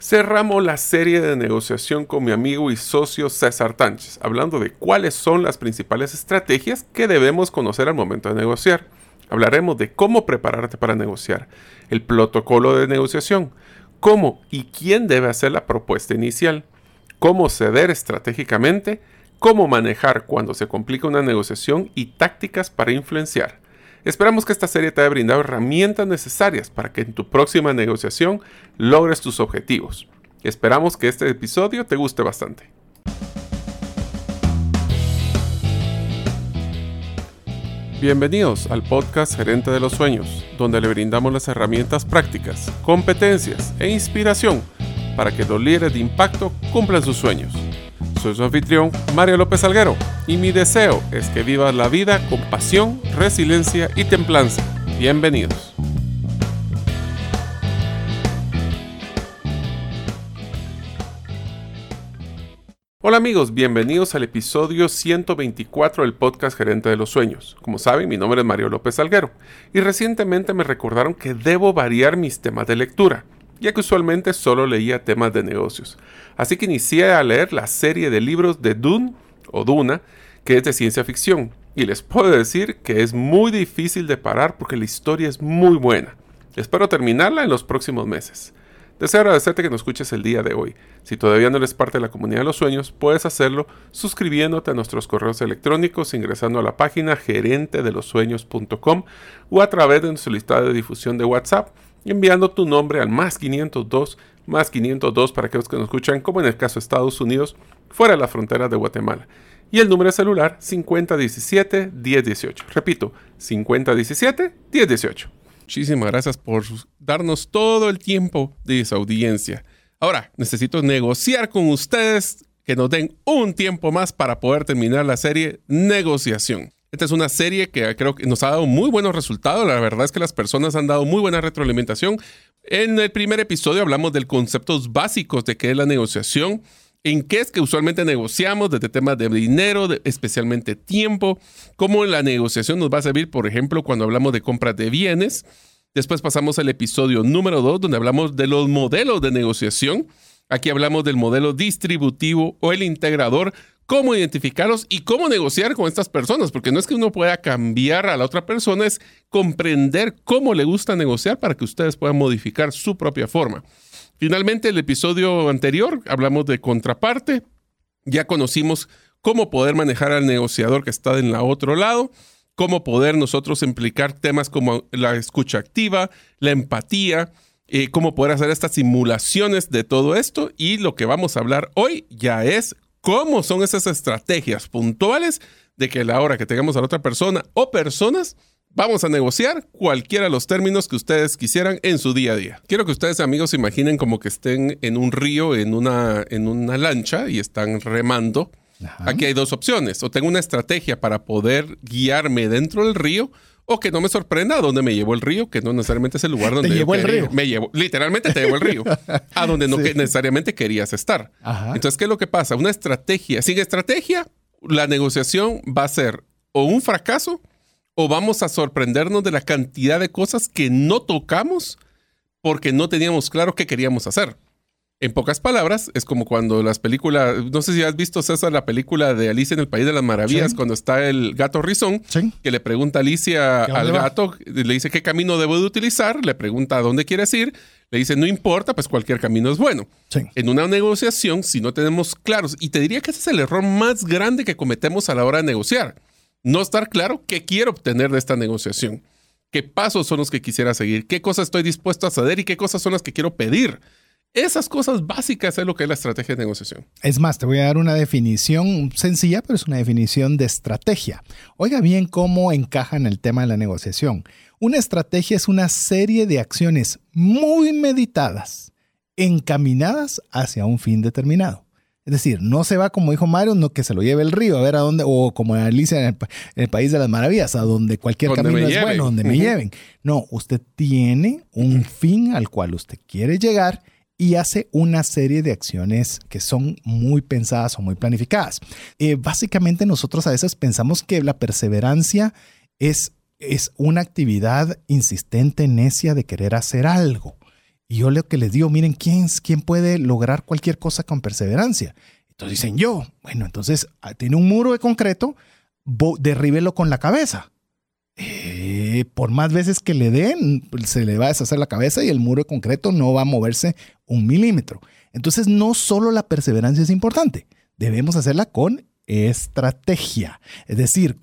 Cerramos la serie de negociación con mi amigo y socio César Tánchez, hablando de cuáles son las principales estrategias que debemos conocer al momento de negociar. Hablaremos de cómo prepararte para negociar, el protocolo de negociación, cómo y quién debe hacer la propuesta inicial, cómo ceder estratégicamente, cómo manejar cuando se complica una negociación y tácticas para influenciar. Esperamos que esta serie te haya brindado herramientas necesarias para que en tu próxima negociación logres tus objetivos. Esperamos que este episodio te guste bastante. Bienvenidos al podcast Gerente de los Sueños, donde le brindamos las herramientas prácticas, competencias e inspiración para que los líderes de impacto cumplan sus sueños. Soy su anfitrión, Mario López Salguero, y mi deseo es que vivas la vida con pasión, resiliencia y templanza. Bienvenidos. Hola amigos, bienvenidos al episodio 124 del podcast Gerente de los Sueños. Como saben, mi nombre es Mario López Salguero, y recientemente me recordaron que debo variar mis temas de lectura, ya que usualmente solo leía temas de negocios. Así que inicié a leer la serie de libros de Dune, o Duna, que es de ciencia ficción. Y les puedo decir que es muy difícil de parar porque la historia es muy buena. Espero terminarla en los próximos meses. Deseo agradecerte que nos escuches el día de hoy. Si todavía no eres parte de la comunidad de los sueños, puedes hacerlo suscribiéndote a nuestros correos electrónicos, ingresando a la página gerentedelosueños.com o a través de nuestra lista de difusión de WhatsApp, enviando tu nombre al más 502 para aquellos que nos escuchan, como en el caso de Estados Unidos, fuera de las fronteras de Guatemala. Y el número de celular 5017-1018. Repito, 5017-1018. Muchísimas gracias por darnos todo el tiempo de esa audiencia. Ahora, necesito negociar con ustedes que nos den un tiempo más para poder terminar la serie Negociación. Esta es una serie que creo que nos ha dado muy buenos resultados. La verdad es que las personas han dado muy buena retroalimentación. En el primer episodio hablamos de conceptos básicos de qué es la negociación, en qué es que usualmente negociamos, desde temas de dinero, especialmente tiempo, cómo la negociación nos va a servir, por ejemplo, cuando hablamos de compras de bienes. Después pasamos al episodio número 2, donde hablamos de los modelos de negociación. Aquí hablamos del modelo distributivo o el integrador, cómo identificarlos y cómo negociar con estas personas, porque no es que uno pueda cambiar a la otra persona, es comprender cómo le gusta negociar para que ustedes puedan modificar su propia forma. Finalmente, el episodio anterior hablamos de contraparte, ya conocimos cómo poder manejar al negociador que está en la otro lado, cómo poder nosotros implicar temas como la escucha activa, la empatía, cómo poder hacer estas simulaciones de todo esto, y lo que vamos a hablar hoy ya es cómo son esas estrategias puntuales de que a la hora que tengamos a la otra persona o personas, vamos a negociar cualquiera de los términos que ustedes quisieran en su día a día. Quiero que ustedes, amigos, se imaginen como que estén en un río, en una lancha y están remando. Ajá. Aquí hay dos opciones. O tengo una estrategia para poder guiarme dentro del río, o que no me sorprenda a dónde me llevó el río, que no necesariamente es el lugar donde te llevó el río. Literalmente te llevó el río, a donde no necesariamente querías estar. Ajá. Entonces, ¿qué es lo que pasa? Una estrategia. Sin estrategia, la negociación va a ser o un fracaso, o vamos a sorprendernos de la cantidad de cosas que no tocamos porque no teníamos claro qué queríamos hacer. En pocas palabras, es como cuando las películas, no sé si has visto, César, la película de Alicia en el País de las Maravillas, sí, cuando está el gato Rizón, sí, que le pregunta a Alicia al gato, le dice qué camino debo de utilizar, le pregunta a dónde quieres ir, le dice no importa, pues cualquier camino es bueno. Sí. En una negociación, si no tenemos claros, y te diría que ese es el error más grande que cometemos a la hora de negociar, no estar claro qué quiero obtener de esta negociación, qué pasos son los que quisiera seguir, qué cosas estoy dispuesto a ceder y qué cosas son las que quiero pedir. Esas cosas básicas es lo que es la estrategia de negociación. Es más, te voy a dar una definición sencilla, pero es una definición de estrategia. Oiga bien cómo encaja en el tema de la negociación. Una estrategia es una serie de acciones muy meditadas, encaminadas hacia un fin determinado. Es decir, no se va, como dijo Mario, no que se lo lleve el río, a ver a dónde, o como Alicia en el País de las Maravillas, a donde cualquier camino es bueno, donde me lleven. No, usted tiene un fin al cual usted quiere llegar y hace una serie de acciones que son muy pensadas o muy planificadas. Básicamente nosotros a veces pensamos que la perseverancia es una actividad insistente, necia de querer hacer algo. Y yo lo que les digo, miren, ¿quién puede lograr cualquier cosa con perseverancia? Entonces dicen yo. Bueno, entonces tiene un muro de concreto, derríbelo con la cabeza. Por más veces que le den, se le va a deshacer la cabeza y el muro de concreto no va a moverse 1 milímetro. Entonces, no solo la perseverancia es importante, debemos hacerla con estrategia, es decir,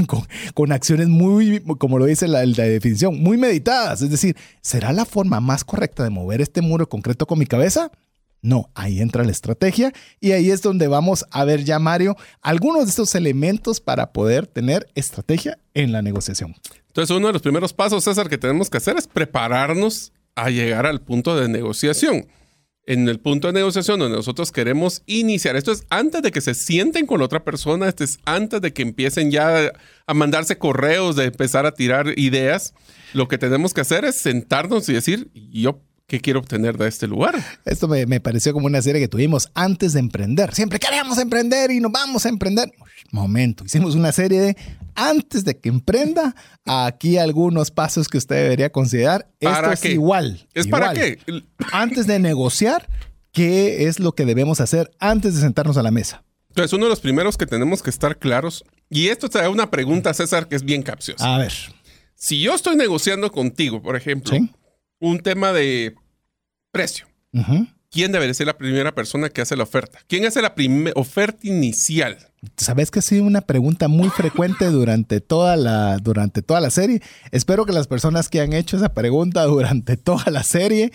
con acciones muy, como lo dice la definición, muy meditadas. Es decir, ¿será la forma más correcta de mover este muro de concreto con mi cabeza? No, ahí entra la estrategia y ahí es donde vamos a ver ya, Mario, algunos de estos elementos para poder tener estrategia en la negociación. Entonces, uno de los primeros pasos, César, que tenemos que hacer es prepararnos a llegar al punto de negociación. En el punto de negociación donde nosotros queremos iniciar, esto es antes de que se sienten con la otra persona, esto es antes de que empiecen ya a mandarse correos, de empezar a tirar ideas, lo que tenemos que hacer es sentarnos y decir, yo ¿qué quiero obtener de este lugar? Esto me pareció como una serie que tuvimos antes de emprender. Siempre queremos emprender y nos vamos a emprender. Momento, hicimos una serie de antes de que emprenda. Aquí algunos pasos que usted debería considerar. Esto es igual. ¿Es igual. Para qué? Antes de negociar, ¿qué es lo que debemos hacer antes de sentarnos a la mesa? Entonces, uno de los primeros que tenemos que estar claros, y esto te da una pregunta, César, que es bien capciosa. A ver. Si yo estoy negociando contigo, por ejemplo, ¿sí?, un tema de precio. ¿Quién debería ser la primera persona que hace la oferta? ¿Quién hace la oferta inicial? Sabes que ha sido una pregunta muy frecuente durante toda la serie. Espero que las personas que han hecho esa pregunta durante toda la serie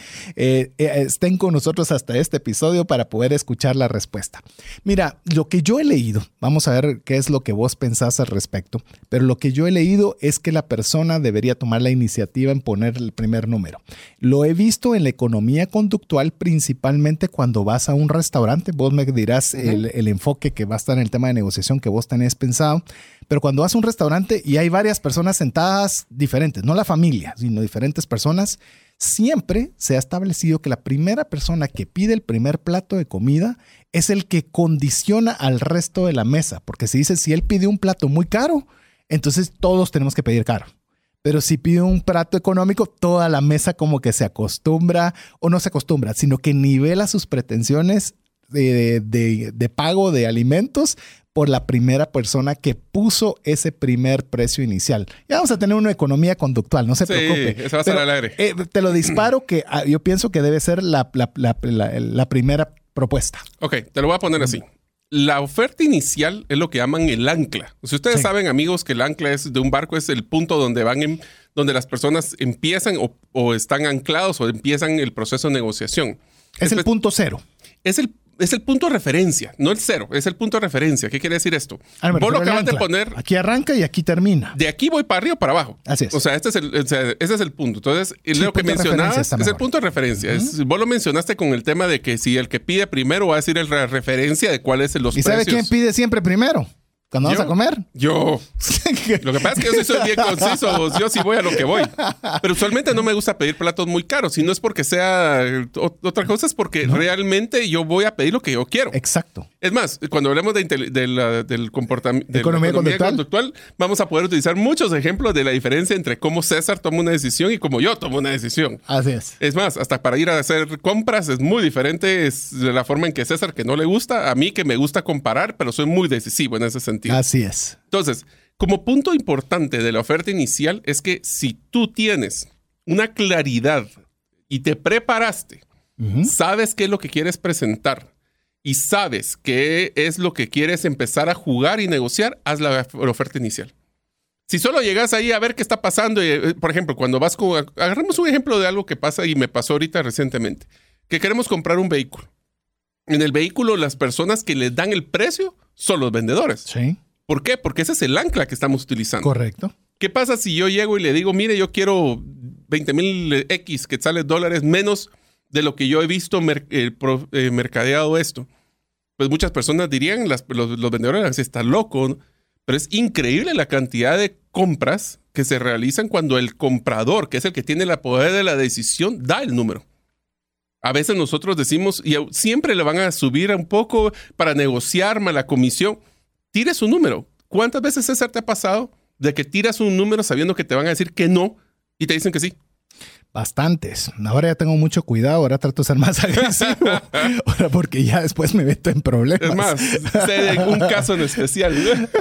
estén con nosotros hasta este episodio para poder escuchar la respuesta. Mira, lo que yo he leído, vamos a ver qué es lo que vos pensás al respecto, pero lo que yo he leído es que la persona debería tomar la iniciativa en poner el primer número. Lo he visto en la economía conductual, principalmente cuando vas a un restaurante. Vos me dirás el enfoque que va a estar en el tema de negociación que vos tenés pensado, pero cuando vas a un restaurante y hay varias personas sentadas diferentes, no la familia, sino diferentes personas, siempre se ha establecido que la primera persona que pide el primer plato de comida es el que condiciona al resto de la mesa, porque se dice, si él pide un plato muy caro, entonces todos tenemos que pedir caro. Pero si pide un plato económico, toda la mesa como que se acostumbra, o no se acostumbra, sino que nivela sus pretensiones de pago de alimentos por la primera persona que puso ese primer precio inicial. Ya vamos a tener una economía conductual, no se preocupe. Eso va a ser al aire. Te lo disparo que yo pienso que debe ser la primera propuesta. Ok, te lo voy a poner así. La oferta inicial es lo que llaman el ancla. Si ustedes saben, amigos, que el ancla es de un barco, es el punto donde donde las personas empiezan o están anclados o empiezan el proceso de negociación. Es el punto cero. Es el punto de referencia, no el cero, es el punto de referencia. ¿Qué quiere decir esto? Vos lo acabas de poner. Aquí arranca y aquí termina. De aquí voy para arriba o para abajo. Así es. O sea, ese es el punto. Entonces, lo que mencionabas es el punto de referencia. Vos lo mencionaste con el tema de que si el que pide primero va a decir la referencia de cuáles son los precios. ¿Y sabe quién pide siempre primero? ¿Cuándo vas a comer? Yo. Lo que pasa es que yo soy bien conciso. Yo sí voy a lo que voy. Pero usualmente no me gusta pedir platos muy caros. Si no es porque sea otra cosa, es porque realmente yo voy a pedir lo que yo quiero. Exacto. Es más, cuando hablemos del comportamiento de economía conductual, vamos a poder utilizar muchos ejemplos de la diferencia entre cómo César toma una decisión y cómo yo tomo una decisión. Así es. Es más, hasta para ir a hacer compras es muy diferente. Es de la forma en que César, que no le gusta, a mí que me gusta comparar, pero soy muy decisivo en ese sentido. Así es. Entonces, como punto importante de la oferta inicial es que si tú tienes una claridad y te preparaste, sabes qué es lo que quieres presentar y sabes qué es lo que quieres empezar a jugar y negociar, haz la oferta inicial. Si solo llegas ahí a ver qué está pasando, por ejemplo, cuando vas agarramos un ejemplo de algo que pasa y me pasó ahorita recientemente, que queremos comprar un vehículo. En el vehículo, las personas que les dan el precio son los vendedores. Sí. ¿Por qué? Porque ese es el ancla que estamos utilizando. Correcto. ¿Qué pasa si yo llego y le digo, mire, yo quiero 20,000 X quetzales dólares menos de lo que yo he visto mercadeado esto? Pues muchas personas dirían, los vendedores, está loco, ¿no? Pero es increíble la cantidad de compras que se realizan cuando el comprador, que es el que tiene el poder de la decisión, da el número. A veces nosotros decimos, y siempre le van a subir un poco para negociar más la comisión. Tire su número. ¿Cuántas veces, César, te ha pasado de que tiras un número sabiendo que te van a decir que no y te dicen que sí? Bastantes. Ahora ya tengo mucho cuidado, ahora trato de ser más agresivo. Ahora porque ya después me meto en problemas. Es más, sé de un caso en especial.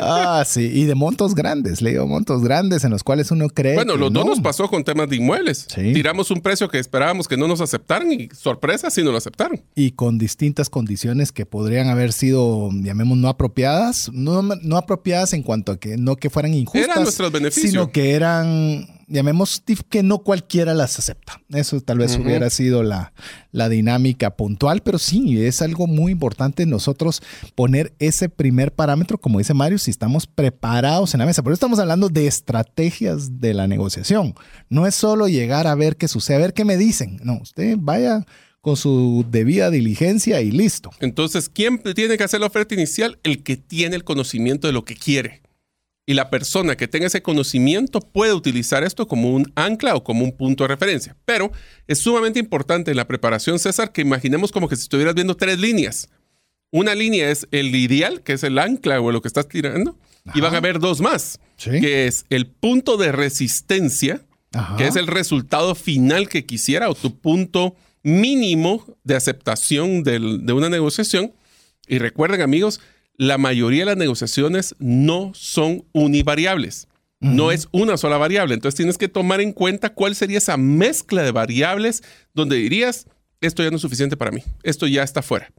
Sí, y de montos grandes, le digo montos grandes en los cuales uno cree. Bueno, los dos nos pasó con temas de inmuebles. Sí. Tiramos un precio que esperábamos que no nos aceptaran y sorpresa, sí nos lo aceptaron. Y con distintas condiciones que podrían haber sido, llamemos, no apropiadas. No apropiadas en cuanto a que no que fueran injustas. Eran nuestros beneficios. Sino que eran, llamemos, que no cualquiera las acepta. Eso tal vez hubiera sido la dinámica puntual, pero sí, es algo muy importante nosotros poner ese primer parámetro, como dice Mario, si estamos preparados en la mesa. Por eso estamos hablando de estrategias de la negociación. No es solo llegar a ver qué sucede, a ver qué me dicen. No, usted vaya con su debida diligencia y listo. Entonces, ¿quién tiene que hacer la oferta inicial? El que tiene el conocimiento de lo que quiere. Y la persona que tenga ese conocimiento puede utilizar esto como un ancla o como un punto de referencia. Pero es sumamente importante en la preparación, César, que imaginemos como que si estuvieras viendo 3 líneas. Una línea es el ideal, que es el ancla o lo que estás tirando. Ajá. Y van a haber 2 más, ¿sí? Que es el punto de resistencia, ajá, que es el resultado final que quisiera o tu punto mínimo de aceptación de una negociación. Y recuerden, amigos, la mayoría de las negociaciones no son univariables. No es una sola variable. Entonces tienes que tomar en cuenta cuál sería esa mezcla de variables donde dirías, esto ya no es suficiente para mí. Esto ya está fuera.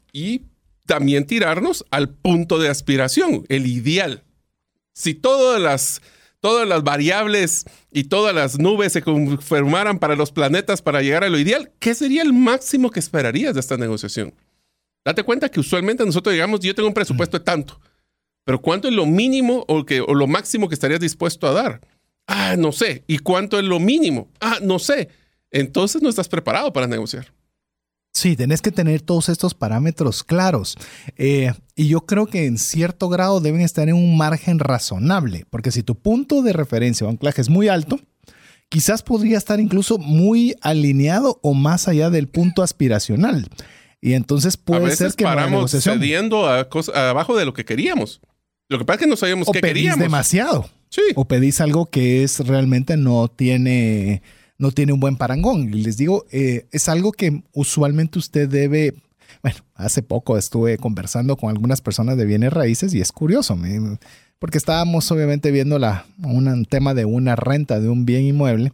Y también tirarnos al punto de aspiración, el ideal. Si todas las variables y todas las nubes se conformaran para los planetas para llegar a lo ideal, ¿qué sería el máximo que esperarías de esta negociación? Date cuenta que usualmente nosotros digamos, yo tengo un presupuesto de tanto, pero ¿cuánto es lo mínimo o lo máximo que estarías dispuesto a dar? No sé. ¿Y cuánto es lo mínimo? No sé. Entonces no estás preparado para negociar. Sí, tenés que tener todos estos parámetros claros. Y yo creo que en cierto grado deben estar en un margen razonable, porque si tu punto de referencia o anclaje es muy alto, quizás podría estar incluso muy alineado o más allá del punto aspiracional. Y entonces puede ser que paramos cediendo abajo de lo que queríamos. Lo que pasa es que no sabíamos qué queríamos. O pedís demasiado. Sí. O pedís algo que realmente no tiene un buen parangón. Y les digo, es algo que usualmente usted debe. Bueno, hace poco estuve conversando con algunas personas de bienes raíces y es curioso, porque estábamos obviamente viendo un tema de una renta de un bien inmueble.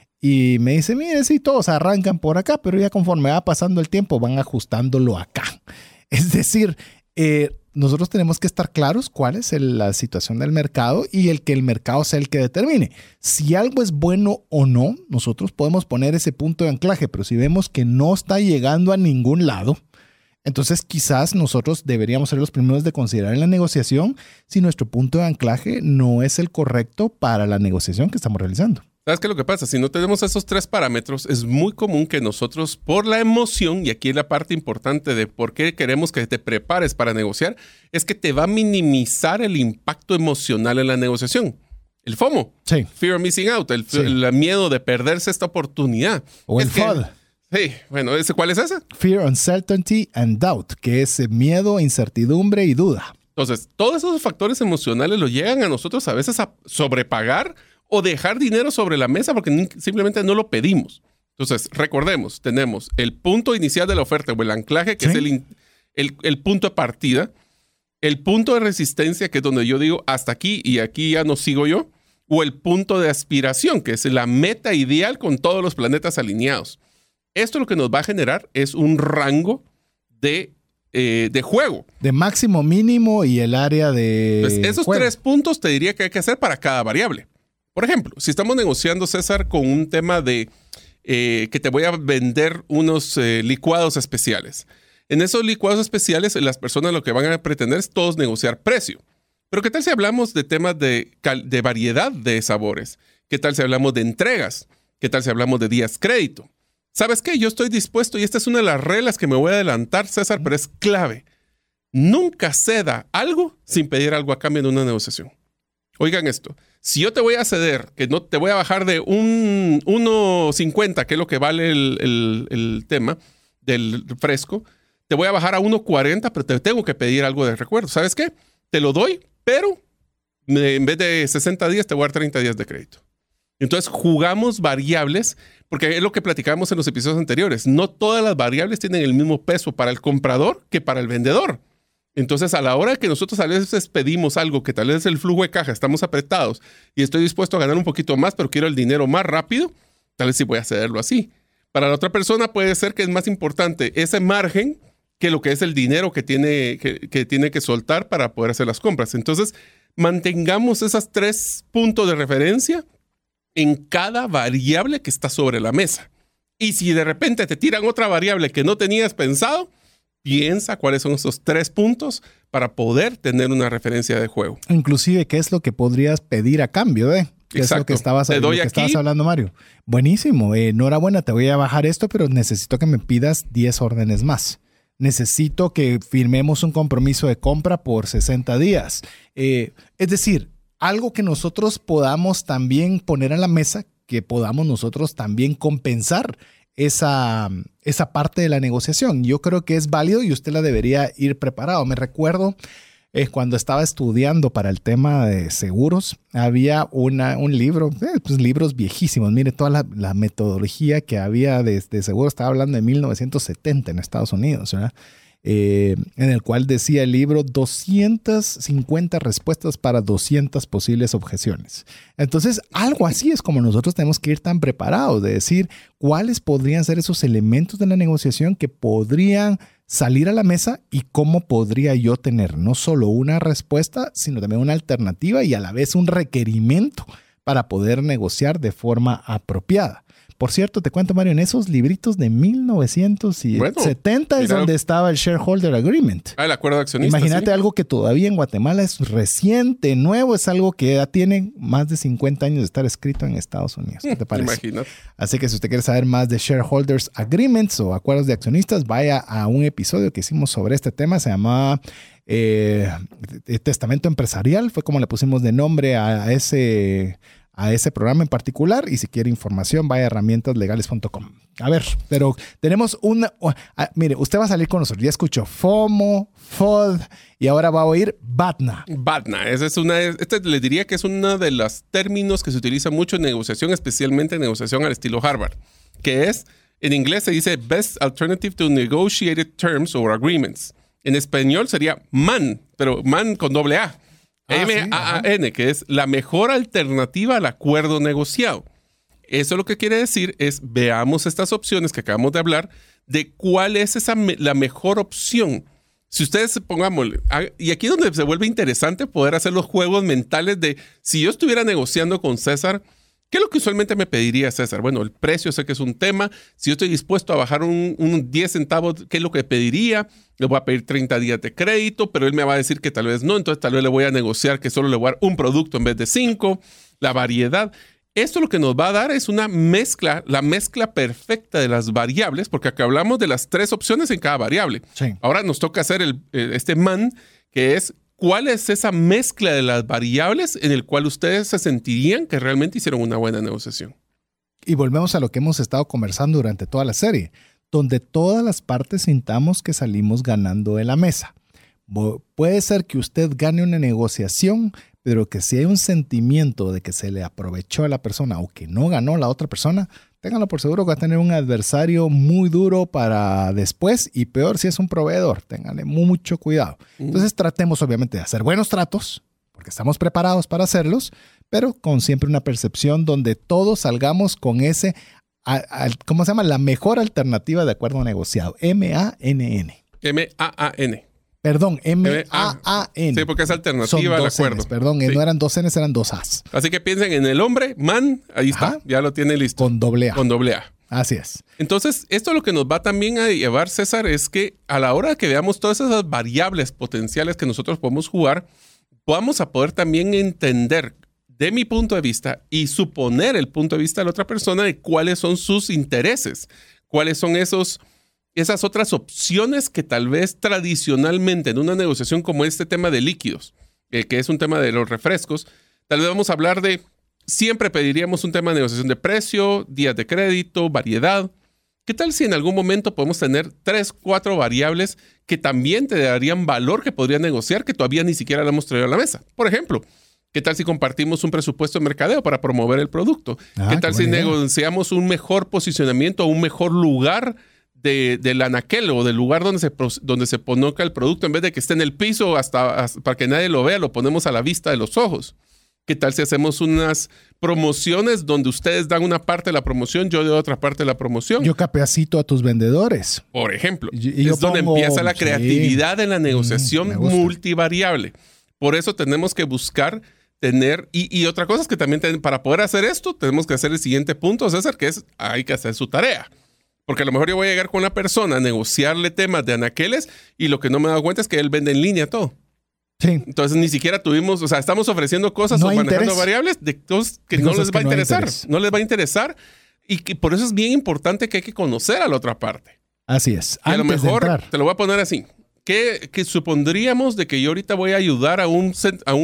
Y me dice, mire, sí, todos arrancan por acá, pero ya conforme va pasando el tiempo van ajustándolo acá. Es decir, nosotros tenemos que estar claros cuál es la situación del mercado y que el mercado sea el que determine. Si algo es bueno o no, nosotros podemos poner ese punto de anclaje, pero si vemos que no está llegando a ningún lado, entonces quizás nosotros deberíamos ser los primeros de considerar en la negociación si nuestro punto de anclaje no es el correcto para la negociación que estamos realizando. ¿Sabes qué es lo que pasa? Si no tenemos esos 3 parámetros, es muy común que nosotros, por la emoción, y aquí es la parte importante de por qué queremos que te prepares para negociar, es que te va a minimizar el impacto emocional en la negociación. El FOMO. Sí. Fear of missing out. El miedo de perderse esta oportunidad. O el FUD. Sí. Bueno, ¿cuál es ese? Fear, Uncertainty and Doubt, que es miedo, incertidumbre y duda. Entonces, todos esos factores emocionales los llegan a nosotros a veces a sobrepagar o dejar dinero sobre la mesa porque simplemente no lo pedimos. Entonces, recordemos, tenemos el punto inicial de la oferta o el anclaje, que ¿sí? es el punto de partida, el punto de resistencia, que es donde yo digo hasta aquí y aquí ya no sigo yo, o el punto de aspiración, que es la meta ideal con todos los planetas alineados. Esto lo que nos va a generar es un rango de juego. De máximo, mínimo y el área de pues esos juego. 3 puntos te diría que hay que hacer para cada variable. Por ejemplo, si estamos negociando, César, con un tema de que te voy a vender unos licuados especiales. En esos licuados especiales, las personas lo que van a pretender es todos negociar precio. Pero ¿qué tal si hablamos de temas de variedad de sabores? ¿Qué tal si hablamos de entregas? ¿Qué tal si hablamos de días crédito? ¿Sabes qué? Yo estoy dispuesto, y esta es una de las reglas que me voy a adelantar, César, pero es clave. Nunca ceda algo sin pedir algo a cambio en una negociación. Oigan esto. Si yo te voy a ceder, que no te voy a bajar de 1.50, que es lo que vale el tema del fresco, te voy a bajar a 1.40, pero te tengo que pedir algo de recuerdo. ¿Sabes qué? Te lo doy, pero en vez de 60 días te voy a dar 30 días de crédito. Entonces jugamos variables, porque es lo que platicábamos en los episodios anteriores. No todas las variables tienen el mismo peso para el comprador que para el vendedor. Entonces, a la hora de que nosotros a veces pedimos algo que tal vez es el flujo de caja, estamos apretados y estoy dispuesto a ganar un poquito más, pero quiero el dinero más rápido, tal vez sí voy a cederlo así. Para la otra persona puede ser que es más importante ese margen que lo que es el dinero que tiene que soltar para poder hacer las compras. Entonces, mantengamos esos 3 puntos de referencia en cada variable que está sobre la mesa. Y si de repente te tiran otra variable que no tenías pensado, piensa cuáles son esos 3 puntos para poder tener una referencia de juego. Inclusive, ¿qué es lo que podrías pedir a cambio de? ¿Qué es lo que estabas hablando, Mario? Buenísimo. Enhorabuena, te voy a bajar esto, pero necesito que me pidas 10 órdenes más. Necesito que firmemos un compromiso de compra por 60 días. Es decir, algo que nosotros podamos también poner a la mesa, que podamos nosotros también compensar esa parte de la negociación. Yo creo que es válido y usted la debería ir preparado. Me recuerdo cuando estaba estudiando para el tema de seguros, había un libro, libros viejísimos. Mire, toda la metodología que había de seguros, estaba hablando de 1970 en Estados Unidos, ¿verdad? En el cual decía el libro 250 respuestas para 200 posibles objeciones. Entonces, algo así es como nosotros tenemos que ir tan preparados de decir cuáles podrían ser esos elementos de la negociación que podrían salir a la mesa y cómo podría yo tener no solo una respuesta, sino también una alternativa y a la vez un requerimiento para poder negociar de forma apropiada. Por cierto, te cuento, Mario, en esos libritos de 1970 es donde estaba el Shareholder Agreement. El acuerdo de accionistas. Imagínate, sí, algo que todavía en Guatemala es reciente, nuevo, es algo que ya tiene más de 50 años de estar escrito en Estados Unidos. ¿Qué te parece? Imagínate. Así que si usted quiere saber más de Shareholders Agreements o acuerdos de accionistas, vaya a un episodio que hicimos sobre este tema. Se llamaba Testamento Empresarial. Fue como le pusimos de nombre a ese programa en particular, y si quiere información, vaya a herramientaslegales.com. A ver, pero tenemos mire, usted va a salir con nosotros. Ya escuchó FOMO, FOD, y ahora va a oír BATNA. BATNA, le diría que es uno de los términos que se utiliza mucho en negociación, especialmente en negociación al estilo Harvard, que es, en inglés se dice Best Alternative to Negotiated Terms or Agreements. En español sería MAN, pero MAN con doble A. MAAN, que es la mejor alternativa al acuerdo negociado. Eso lo que quiere decir es, veamos estas opciones que acabamos de hablar, de cuál es la mejor opción. Si ustedes, pongámosle, y aquí es donde se vuelve interesante poder hacer los juegos mentales de, si yo estuviera negociando con César, ¿qué es lo que usualmente me pediría César? Bueno, el precio sé que es un tema. Si yo estoy dispuesto a bajar un 10 centavos, ¿qué es lo que pediría? Le voy a pedir 30 días de crédito, pero él me va a decir que tal vez no. Entonces tal vez le voy a negociar que solo le voy a dar un producto en vez de 5. La variedad. Esto lo que nos va a dar es una mezcla, la mezcla perfecta de las variables, porque acá hablamos de las 3 opciones en cada variable. Sí. Ahora nos toca hacer este MAN, que es ¿cuál es esa mezcla de las variables en el cual ustedes se sentirían que realmente hicieron una buena negociación? Y volvemos a lo que hemos estado conversando durante toda la serie, donde todas las partes sintamos que salimos ganando de la mesa. Puede ser que usted gane una negociación, pero que si hay un sentimiento de que se le aprovechó a la persona o que no ganó la otra persona, ténganlo por seguro que va a tener un adversario muy duro para después, y peor si es un proveedor. Ténganle mucho cuidado. Entonces tratemos obviamente de hacer buenos tratos, porque estamos preparados para hacerlos, pero con siempre una percepción donde todos salgamos con ese, ¿cómo se llama? La mejor alternativa de acuerdo negociado. M-A-N-N. M-A-A-N. Perdón, M-A-A-N. Sí, porque es alternativa al acuerdo. Perdón, sí. No eran 2 N's, eran 2 A's. Así que piensen en el hombre, man, ahí está, ajá, ya lo tiene listo. Con doble A. Con doble A. Así es. Entonces, esto lo que nos va también a llevar, César, es que a la hora que veamos todas esas variables potenciales que nosotros podemos jugar, vamos a poder también entender, de mi punto de vista, y suponer el punto de vista de la otra persona de cuáles son sus intereses, cuáles son esas otras opciones que tal vez tradicionalmente en una negociación como este tema de líquidos, que es un tema de los refrescos, tal vez vamos a hablar de, siempre pediríamos un tema de negociación de precio, días de crédito, variedad. ¿Qué tal si en algún momento podemos tener 3, 4 variables que también te darían valor que podrías negociar, que todavía ni siquiera la hemos traído a la mesa? Por ejemplo, ¿Qué tal si compartimos un presupuesto de mercadeo para promover el producto? ¿Qué tal si negociamos un mejor posicionamiento o un mejor lugar del anaquel o del lugar donde se coloca el producto? En vez de que esté en el piso hasta para que nadie lo vea, lo ponemos a la vista de los ojos. ¿Qué tal si hacemos unas promociones donde ustedes dan una parte de la promoción, yo doy otra parte de la promoción? Yo capacito a tus vendedores. Por ejemplo. Es donde empieza la creatividad en la negociación multivariable. Por eso tenemos que buscar tener... Y otra cosa es que también para poder hacer esto, tenemos que hacer el siguiente punto, César, que es hay que hacer su tarea. Porque a lo mejor yo voy a llegar con una persona a negociarle temas de anaqueles y lo que no me he dado cuenta es que él vende en línea todo. Sí. Entonces ni siquiera tuvimos, o sea, estamos ofreciendo cosas o manejando variables de cosas que no les va a interesar. No les va a interesar y que por eso es bien importante que hay que conocer a la otra parte. Así es. Y a lo mejor, te lo voy a poner así. Que supondríamos de que yo ahorita voy a ayudar a un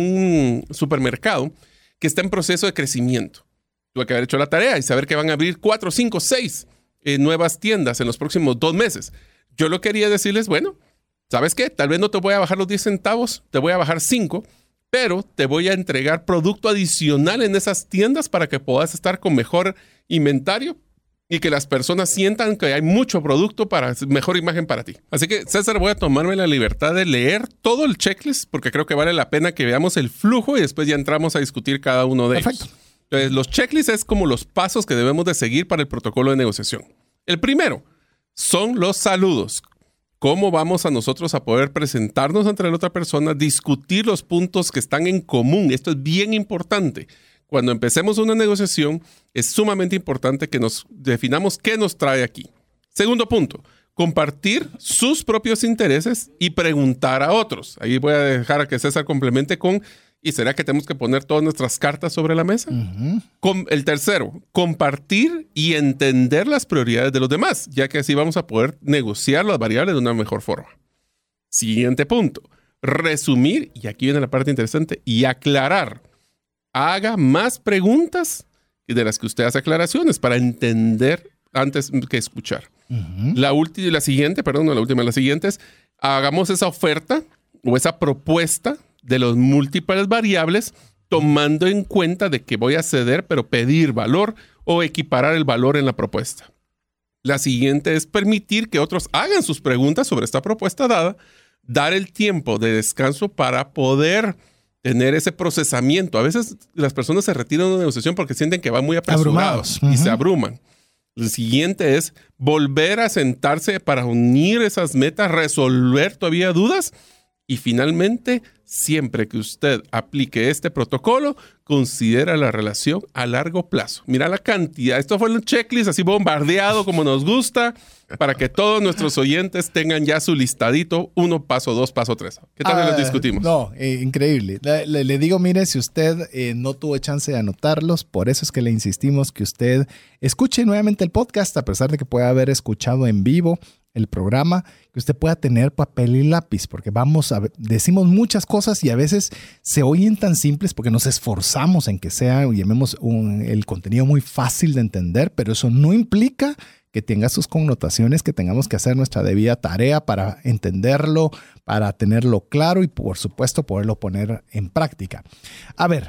supermercado que está en proceso de crecimiento. Tuve que haber hecho la tarea y saber que van a abrir 4, 5, 6 nuevas tiendas en los próximos 2 meses. Yo lo quería decirles, bueno, ¿sabes qué? Tal vez no te voy a bajar los 10 centavos, te voy a bajar 5, pero te voy a entregar producto adicional en esas tiendas para que puedas estar con mejor inventario y que las personas sientan que hay mucho producto para mejor imagen para ti. Así que, César, voy a tomarme la libertad de leer todo el checklist porque creo que vale la pena que veamos el flujo y después ya entramos a discutir cada uno de ellos. Entonces, los checklists es como los pasos que debemos de seguir para el protocolo de negociación. El primero son los saludos. ¿Cómo vamos a nosotros a poder presentarnos ante la otra persona, discutir los puntos que están en común? Esto es bien importante. Cuando empecemos una negociación, es sumamente importante que nos definamos qué nos trae aquí. Segundo punto, compartir sus propios intereses y preguntar a otros. Ahí voy a dejar a que César complemente con, ¿y será que tenemos que poner todas nuestras cartas sobre la mesa? El tercero, compartir y entender las prioridades de los demás, ya que así vamos a poder negociar las variables de una mejor forma. Siguiente punto, resumir, y aquí viene la parte interesante, y aclarar. Haga más preguntas de las que usted hace aclaraciones para entender antes que escuchar. La siguiente es, hagamos esa oferta o esa propuesta de las múltiples variables tomando en cuenta de que voy a ceder, pero pedir valor o equiparar el valor en la propuesta. La siguiente es permitir que otros hagan sus preguntas sobre esta propuesta dada, dar el tiempo de descanso para poder tener ese procesamiento. A veces las personas se retiran de una negociación porque sienten que van muy apresurados y se abruman. El siguiente es volver a sentarse para unir esas metas, resolver todavía dudas. Y finalmente, siempre que usted aplique este protocolo, considera la relación a largo plazo. Mira la cantidad. Esto fue un checklist así bombardeado como nos gusta para que todos nuestros oyentes tengan ya su listadito. 1, paso 2, paso 3. ¿Qué tal los discutimos? No, increíble. Le digo, mire, si usted no tuvo chance de anotarlos, por eso es que le insistimos que usted escuche nuevamente el podcast, a pesar de que pueda haber escuchado en vivo el programa, que usted pueda tener papel y lápiz, porque decimos muchas cosas y a veces se oyen tan simples porque nos esforzamos en que sea, llamemos el contenido muy fácil de entender, pero eso no implica que tenga sus connotaciones, que tengamos que hacer nuestra debida tarea para entenderlo, para tenerlo claro y por supuesto poderlo poner en práctica. A ver,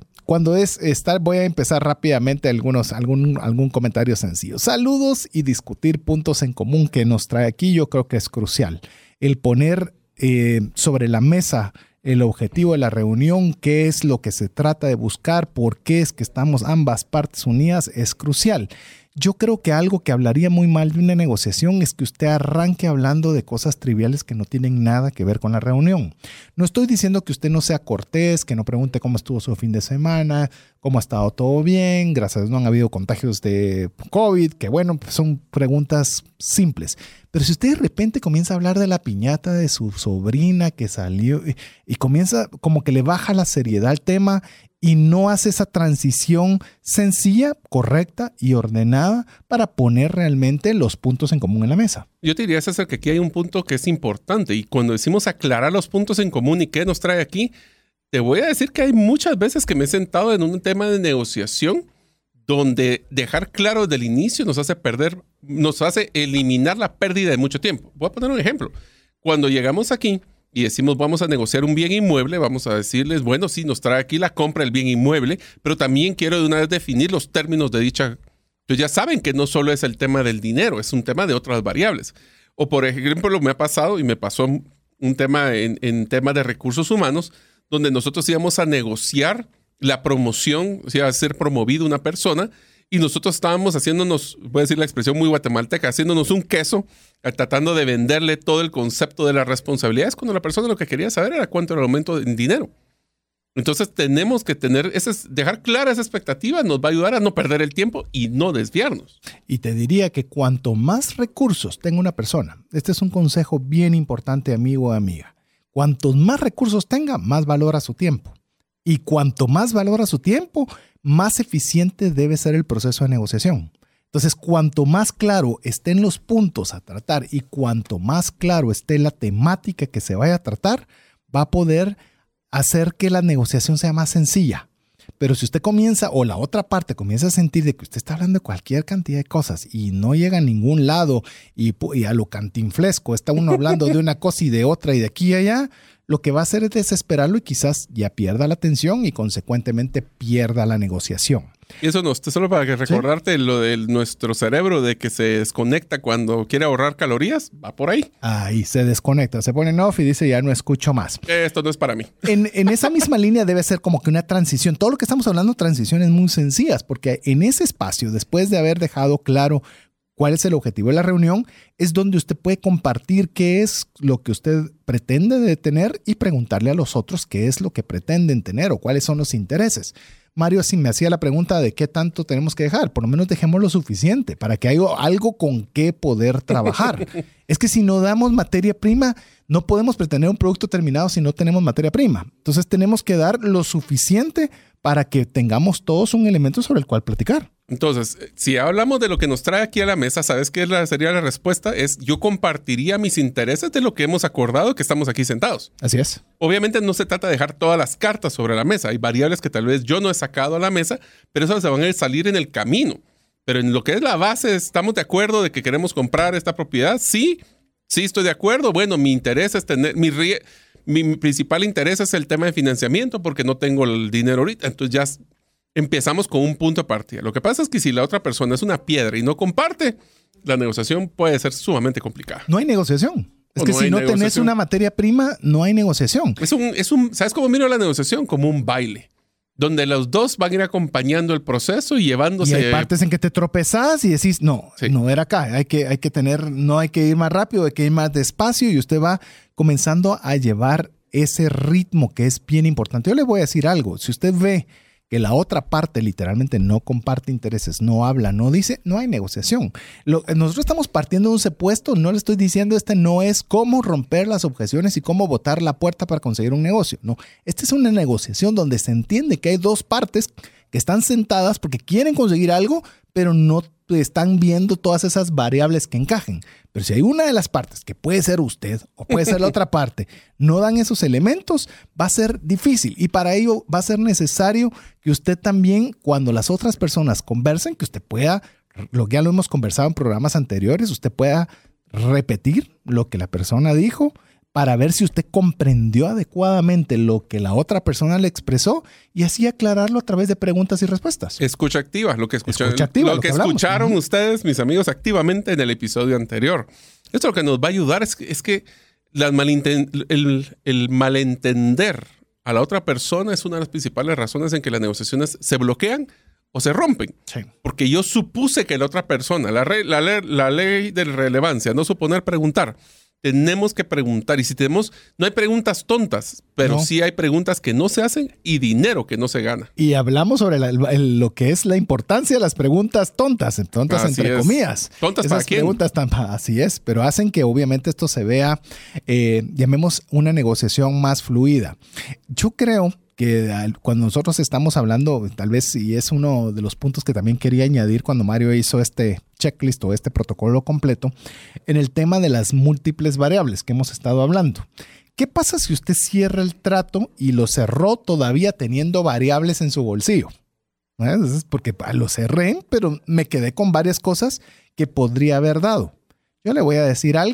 voy a empezar rápidamente algún comentario sencillo. Saludos y discutir puntos en común que nos trae aquí, yo creo que es crucial. El poner sobre la mesa el objetivo de la reunión, qué es lo que se trata de buscar, por qué es que estamos ambas partes unidas, es crucial. Yo creo que algo que hablaría muy mal de una negociación es que usted arranque hablando de cosas triviales que no tienen nada que ver con la reunión. No estoy diciendo que usted no sea cortés, que no pregunte cómo estuvo su fin de semana, cómo ha estado todo bien, gracias a Dios no han habido contagios de COVID, que bueno, son preguntas simples. Pero si usted de repente comienza a hablar de la piñata de su sobrina que salió y comienza como que le baja la seriedad al tema y no hace esa transición sencilla, correcta y ordenada para poner realmente los puntos en común en la mesa. Yo te diría, César, que aquí hay un punto que es importante y cuando decimos aclarar los puntos en común y qué nos trae aquí, te voy a decir que hay muchas veces que me he sentado en un tema de negociación donde dejar claro desde el inicio nos hace eliminar la pérdida de mucho tiempo. Voy a poner un ejemplo. Cuando llegamos aquí, y decimos vamos a negociar un bien inmueble, vamos a decirles, bueno, sí, nos trae aquí la compra del bien inmueble, pero también quiero de una vez definir los términos de dicha. Entonces ya saben que no solo es el tema del dinero, es un tema de otras variables. O por ejemplo, me ha pasado y me pasó un tema en temas de recursos humanos, donde nosotros íbamos a negociar la promoción, o sea, a ser promovido una persona, y nosotros estábamos haciéndonos, voy a decir la expresión muy guatemalteca, haciéndonos un queso, tratando de venderle todo el concepto de las responsabilidades, cuando la persona lo que quería saber era cuánto era el aumento en dinero. Entonces tenemos que dejar clara esa expectativa, nos va a ayudar a no perder el tiempo y no desviarnos. Y te diría que cuanto más recursos tenga una persona, este es un consejo bien importante, amigo o amiga, cuantos más recursos tenga, más valora su tiempo. Y cuanto más valora su tiempo, más eficiente debe ser el proceso de negociación. Entonces, cuanto más claro estén los puntos a tratar y cuanto más claro esté la temática que se vaya a tratar, va a poder hacer que la negociación sea más sencilla. Pero si usted comienza, o la otra parte comienza a sentir de que usted está hablando de cualquier cantidad de cosas y no llega a ningún lado y a lo cantinflesco, está uno hablando de una cosa y de otra y de aquí y allá, lo que va a hacer es desesperarlo y quizás ya pierda la atención y consecuentemente pierda la negociación. Y eso no, solo para que recordarte, ¿sí? Lo de nuestro cerebro de que se desconecta cuando quiere ahorrar calorías, va por ahí. Ahí se desconecta, se pone en off y dice ya no escucho más. Esto no es para mí. En esa misma línea debe ser como que una transición. Todo lo que estamos hablando, transiciones muy sencillas, porque en ese espacio, después de haber dejado claro cuál es el objetivo de la reunión, es donde usted puede compartir qué es lo que usted pretende de tener y preguntarle a los otros qué es lo que pretenden tener o cuáles son los intereses. Mario, si me hacía la pregunta de qué tanto tenemos que dejar, por lo menos dejemos lo suficiente para que haya algo con qué poder trabajar. Es que si no damos materia prima, no podemos pretender un producto terminado si no tenemos materia prima. Entonces tenemos que dar lo suficiente para que tengamos todos un elemento sobre el cual platicar. Entonces, si hablamos de lo que nos trae aquí a la mesa, ¿sabes qué sería la respuesta? Es yo compartiría mis intereses de lo que hemos acordado que estamos aquí sentados. Así es. Obviamente no se trata de dejar todas las cartas sobre la mesa. Hay variables que tal vez yo no he sacado a la mesa, pero esas se van a salir en el camino. Pero en lo que es la base, ¿estamos de acuerdo de que queremos comprar esta propiedad? Sí estoy de acuerdo. Bueno, mi interés es tener... Mi principal interés es el tema de financiamiento porque no tengo el dinero ahorita. Entonces ya empezamos con un punto de partida. Lo que pasa es que si la otra persona es una piedra y no comparte, la negociación puede ser sumamente complicada. No hay negociación. Es que si no tenés una materia prima, no hay negociación. ¿Sabes cómo miro la negociación? Como un baile, donde los dos van a ir acompañando el proceso y llevándose... Y hay partes en que te tropezás y decís, no era acá. No hay que ir más rápido, hay que ir más despacio y usted va comenzando a llevar ese ritmo que es bien importante. Yo le voy a decir algo. Si usted ve que la otra parte literalmente no comparte intereses, no habla, no dice, no hay negociación. Nosotros estamos partiendo de un supuesto, no le estoy diciendo no es cómo romper las objeciones y cómo botar la puerta para conseguir un negocio. No, esta es una negociación donde se entiende que hay dos partes que están sentadas porque quieren conseguir algo, pero no están viendo todas esas variables que encajen. Pero si hay una de las partes, que puede ser usted o puede ser la otra parte, no dan esos elementos, va a ser difícil. Y para ello va a ser necesario que usted también, cuando las otras personas conversen, que usted pueda, lo que ya lo hemos conversado en programas anteriores, usted pueda repetir lo que la persona dijo para ver si usted comprendió adecuadamente lo que la otra persona le expresó y así aclararlo a través de preguntas y respuestas. Escucha activa, lo que escucharon ustedes, mis amigos, activamente en el episodio anterior. Esto lo que nos va a ayudar es que el malentender a la otra persona es una de las principales razones en que las negociaciones se bloquean o se rompen. Sí. Porque yo supuse que la otra persona, la ley de relevancia, no suponer preguntar, tenemos que preguntar. Y si no hay preguntas tontas, pero sí hay preguntas que no se hacen y dinero que no se gana. Y hablamos sobre lo que es la importancia de las preguntas tontas entre comillas. ¿Tontas esas para quién? Preguntas así es, pero hacen que obviamente esto se vea, llamemos una negociación más fluida. Yo creo que cuando nosotros estamos hablando, tal vez, y es uno de los puntos que también quería añadir cuando Mario hizo este checklist o este protocolo completo, en el tema de las múltiples variables que hemos estado hablando. ¿Qué pasa si usted cierra el trato y lo cerró todavía teniendo variables en su bolsillo? Es porque lo cerré, pero me quedé con varias cosas que podría haber dado. Yo le voy a decir algo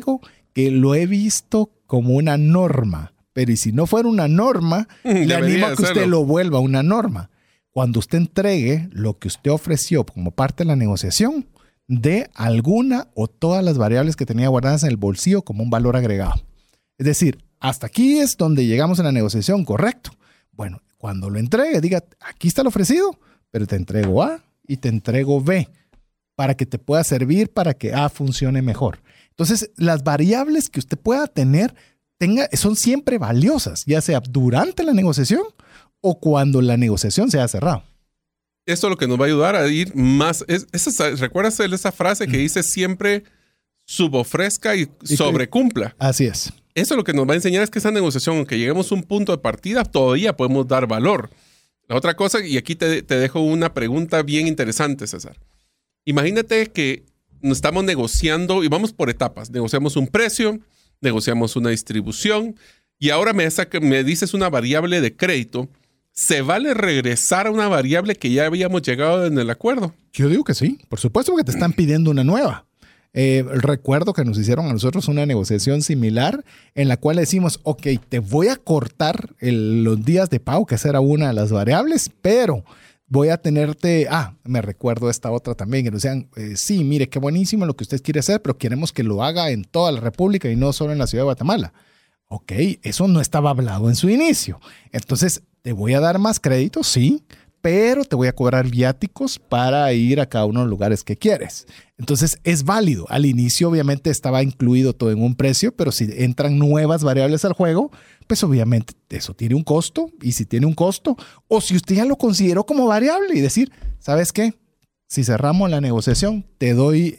que lo he visto como una norma. Pero y si no fuera una norma, le animo a que usted lo vuelva una norma. Cuando usted entregue lo que usted ofreció como parte de la negociación, de alguna o todas las variables que tenía guardadas en el bolsillo como un valor agregado. Es decir, hasta aquí es donde llegamos en la negociación, correcto. Bueno, cuando lo entregue, diga, aquí está el ofrecido, pero te entrego A y te entrego B para que te pueda servir para que A funcione mejor. Entonces, las variables que usted pueda tener son siempre valiosas, ya sea durante la negociación o cuando la negociación se ha cerrado. Esto es lo que nos va a ayudar a ir más. ¿Recuerdas esa frase que dice siempre subofrezca y sobrecumpla? Así es. Eso lo que nos va a enseñar es que esa negociación, aunque lleguemos a un punto de partida, todavía podemos dar valor. La otra cosa, y aquí te dejo una pregunta bien interesante, César. Imagínate que nos estamos negociando y vamos por etapas. Negociamos un precio, negociamos una distribución y ahora me dices una variable de crédito. ¿Se vale regresar a una variable que ya habíamos llegado en el acuerdo? Yo digo que sí. Por supuesto que te están pidiendo una nueva. Recuerdo que nos hicieron a nosotros una negociación similar en la cual decimos, ok, te voy a cortar los días de pago, que esa era una de las variables, pero voy a tenerte, me recuerdo esta otra también, que nos decían, sí, mire, qué buenísimo lo que usted quiere hacer, pero queremos que lo haga en toda la República y no solo en la ciudad de Guatemala. Ok, eso no estaba hablado en su inicio. Entonces, te voy a dar más crédito, sí, pero te voy a cobrar viáticos para ir a cada uno de los lugares que quieres. Entonces, es válido. Al inicio, obviamente, estaba incluido todo en un precio, pero si entran nuevas variables al juego, pues obviamente eso tiene un costo. Y si tiene un costo, o si usted ya lo consideró como variable y decir, ¿sabes qué? Si cerramos la negociación, te doy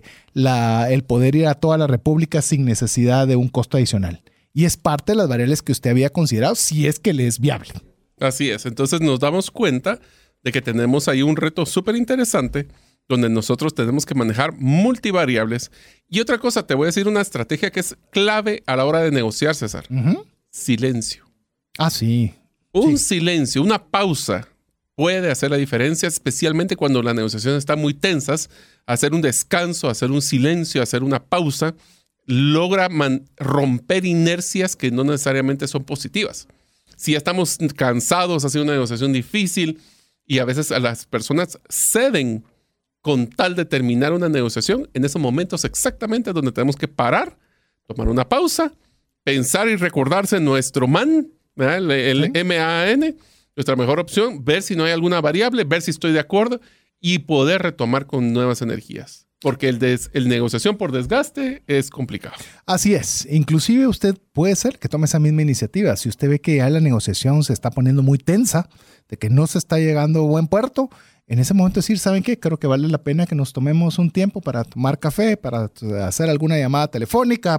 el poder ir a toda la República sin necesidad de un costo adicional. Y es parte de las variables que usted había considerado si es que le es viable. Así es. Entonces nos damos cuenta de que tenemos ahí un reto súper interesante donde nosotros tenemos que manejar multivariables. Y otra cosa, te voy a decir una estrategia que es clave a la hora de negociar, César. Uh-huh. Silencio. Sí. Silencio, una pausa puede hacer la diferencia, especialmente cuando las negociaciones están muy tensas. Hacer un descanso, hacer un silencio, hacer una pausa, logra romper inercias que no necesariamente son positivas. Si ya estamos cansados, ha sido una negociación difícil y a veces a las personas ceden con tal de terminar una negociación, en esos momentos exactamente donde tenemos que parar, tomar una pausa, pensar y recordarse nuestro MAN, el MAN, nuestra mejor opción, ver si no hay alguna variable, ver si estoy de acuerdo y poder retomar con nuevas energías. Porque el negociación por desgaste es complicado. Así es. Inclusive usted puede ser que tome esa misma iniciativa. Si usted ve que ya la negociación se está poniendo muy tensa, de que no se está llegando a buen puerto, en ese momento decir, ¿saben qué? Creo que vale la pena que nos tomemos un tiempo para tomar café, para hacer alguna llamada telefónica,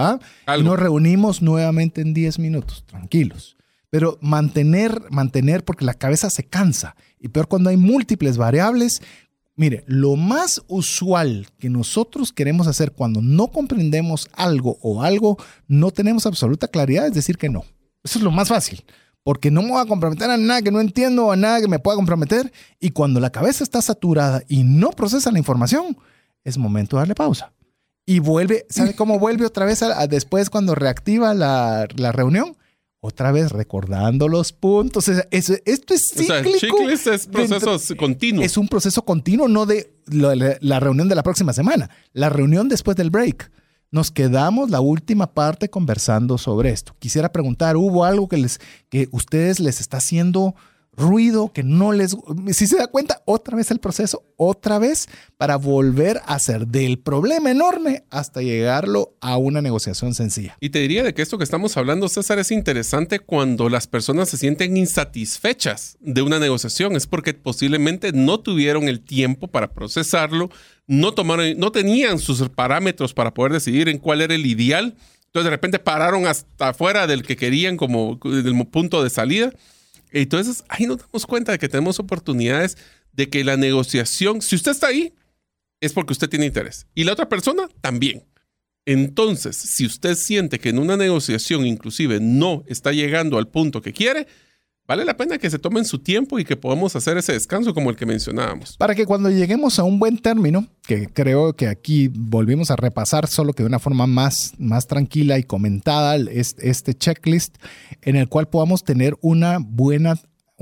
y nos reunimos nuevamente en 10 minutos, tranquilos. Pero mantener, porque la cabeza se cansa. Y peor cuando hay múltiples variables. Mire, lo más usual que nosotros queremos hacer cuando no comprendemos algo o algo no tenemos absoluta claridad es decir que no. Eso es lo más fácil, porque no me voy a comprometer a nada que no entiendo o a nada que me pueda comprometer. Y cuando la cabeza está saturada y no procesa la información, es momento de darle pausa. Y vuelve, ¿sabe cómo vuelve otra vez después cuando reactiva la reunión? Otra vez recordando los puntos. Esto es cíclico. O sea, checklist es proceso continuo. Es un proceso continuo, no de la reunión de la próxima semana. La reunión después del break. Nos quedamos la última parte conversando sobre esto. Quisiera preguntar, ¿hubo algo que ustedes les está haciendo ruido, que no les... Si se da cuenta, otra vez el proceso, otra vez para volver a hacer del problema enorme hasta llegarlo a una negociación sencilla. Y te diría de que esto que estamos hablando, César, es interesante cuando las personas se sienten insatisfechas de una negociación. Es porque posiblemente no tuvieron el tiempo para procesarlo, no tenían sus parámetros para poder decidir en cuál era el ideal. Entonces de repente pararon hasta afuera del que querían como del punto de salida. Entonces, ahí nos damos cuenta de que tenemos oportunidades de que la negociación, si usted está ahí, es porque usted tiene interés. Y la otra persona también. Entonces, si usted siente que en una negociación inclusive no está llegando al punto que quiere, vale la pena que se tomen su tiempo y que podamos hacer ese descanso como el que mencionábamos. Para que cuando lleguemos a un buen término, que creo que aquí volvimos a repasar, solo que de una forma más tranquila y comentada, este checklist en el cual podamos tener una buena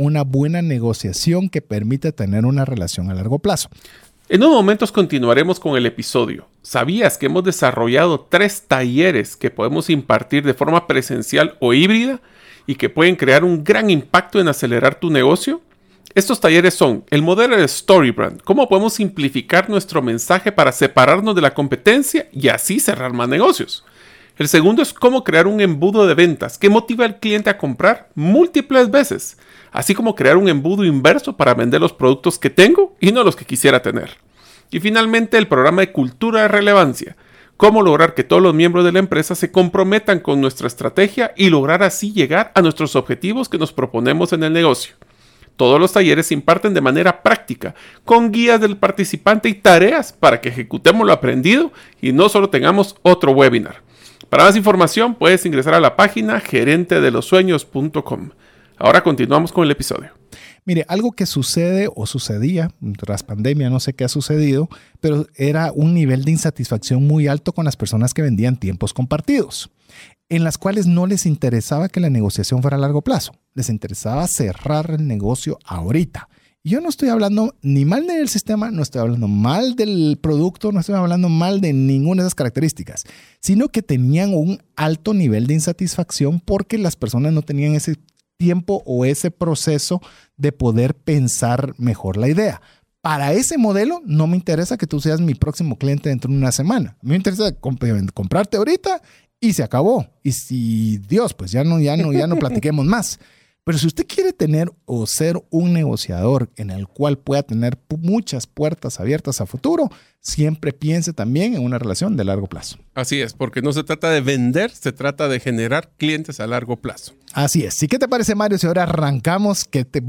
negociación que permite tener una relación a largo plazo. En unos momentos continuaremos con el episodio. ¿Sabías que hemos desarrollado 3 talleres que podemos impartir de forma presencial o híbrida y que pueden crear un gran impacto en acelerar tu negocio? Estos talleres son el modelo de StoryBrand, cómo podemos simplificar nuestro mensaje para separarnos de la competencia y así cerrar más negocios. El segundo es cómo crear un embudo de ventas que motiva al cliente a comprar múltiples veces, así como crear un embudo inverso para vender los productos que tengo y no los que quisiera tener. Y finalmente el programa de cultura de relevancia, cómo lograr que todos los miembros de la empresa se comprometan con nuestra estrategia y lograr así llegar a nuestros objetivos que nos proponemos en el negocio. Todos los talleres se imparten de manera práctica, con guías del participante y tareas para que ejecutemos lo aprendido y no solo tengamos otro webinar. Para más información puedes ingresar a la página gerentedelosueños.com. Ahora continuamos con el episodio. Mire, algo que sucede o sucedía tras pandemia, no sé qué ha sucedido, pero era un nivel de insatisfacción muy alto con las personas que vendían tiempos compartidos, en las cuales no les interesaba que la negociación fuera a largo plazo. Les interesaba cerrar el negocio ahorita. Yo no estoy hablando ni mal del sistema, no estoy hablando mal del producto, no estoy hablando mal de ninguna de esas características, sino que tenían un alto nivel de insatisfacción porque las personas no tenían ese tiempo o ese proceso de poder pensar mejor la idea. Para ese modelo no me interesa que tú seas mi próximo cliente dentro de una semana. A mí me interesa comprarte ahorita y se acabó. Y si Dios, pues ya no platiquemos más. Pero si usted quiere tener o ser un negociador en el cual pueda tener muchas puertas abiertas a futuro, siempre piense también en una relación de largo plazo. Así es, porque no se trata de vender, se trata de generar clientes a largo plazo. Así es. ¿Y qué te parece, Mario, si ahora arrancamos?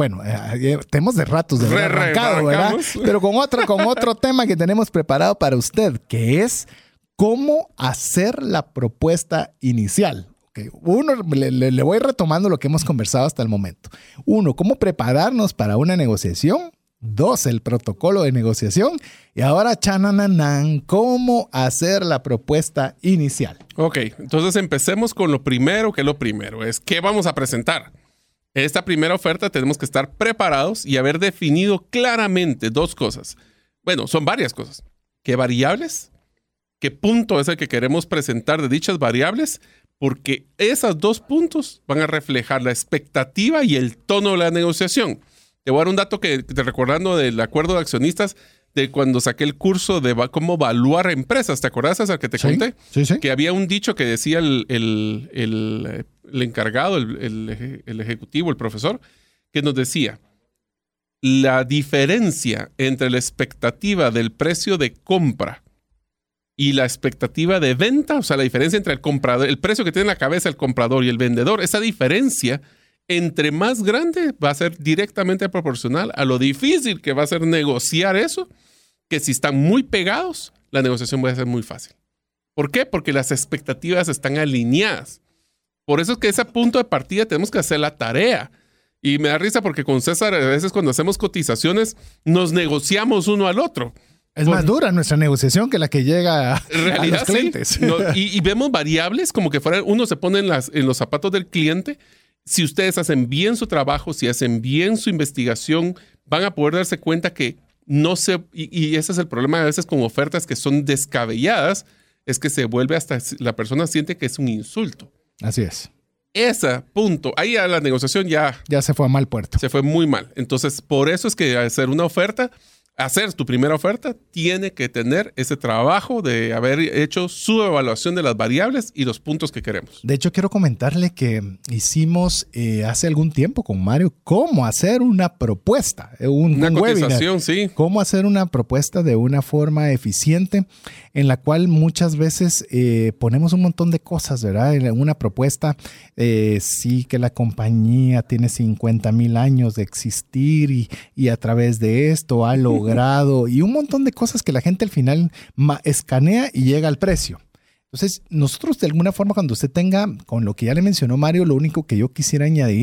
Tenemos de ratos de haber arrancado, ¿verdad? Pero con otro tema que tenemos preparado para usted, que es cómo hacer la propuesta inicial. Okay. Uno, le voy retomando lo que hemos conversado hasta el momento. 1, cómo prepararnos para una negociación. 2, el protocolo de negociación. Y ahora, chananán, cómo hacer la propuesta inicial. Ok, entonces empecemos con lo primero, que lo primero es ¿qué vamos a presentar? En esta primera oferta tenemos que estar preparados y haber definido claramente 2 cosas. Bueno, son varias cosas. ¿Qué variables? ¿Qué punto es el que queremos presentar de dichas variables? Porque esos 2 puntos van a reflejar la expectativa y el tono de la negociación. Te voy a dar un dato que te recordando del acuerdo de accionistas de cuando saqué el curso de cómo evaluar empresas. ¿Te acuerdas, César, que te conté? Sí. Que había un dicho que decía el encargado, el ejecutivo, el profesor, que nos decía, la diferencia entre la expectativa del precio de compra y la expectativa de venta, o sea, la diferencia entre el comprador, el precio que tiene en la cabeza el comprador y el vendedor, esa diferencia, entre más grande, va a ser directamente proporcional a lo difícil que va a ser negociar eso, que si están muy pegados, la negociación va a ser muy fácil. ¿Por qué? Porque las expectativas están alineadas. Por eso es que ese punto de partida tenemos que hacer la tarea. Y me da risa porque con César, a veces cuando hacemos cotizaciones, nos negociamos uno al otro. Es más dura nuestra negociación que la que llega a los clientes. Sí. No, y vemos variables como que fuera, uno se pone en los zapatos del cliente. Si ustedes hacen bien su trabajo, si hacen bien su investigación, van a poder darse cuenta que no se... Y ese es el problema a veces con ofertas que son descabelladas, es que se vuelve hasta... La persona siente que es un insulto. Así es. Ese punto, ahí a la negociación ya se fue a mal puerto. Se fue muy mal. Entonces, por eso es que hacer una oferta... Hacer tu primera oferta tiene que tener ese trabajo de haber hecho su evaluación de las variables y los puntos que queremos. De hecho, quiero comentarle que hicimos hace algún tiempo con Mario cómo hacer una propuesta, una cotización, sí. Cómo hacer una propuesta de una forma eficiente en la cual muchas veces ponemos un montón de cosas, ¿verdad? En una propuesta, sí que la compañía tiene 50,000 años de existir y a través de esto ha logrado y un montón de cosas que la gente al final escanea y llega al precio. Entonces, nosotros de alguna forma, cuando usted tenga, con lo que ya le mencionó Mario, lo único que yo quisiera añadir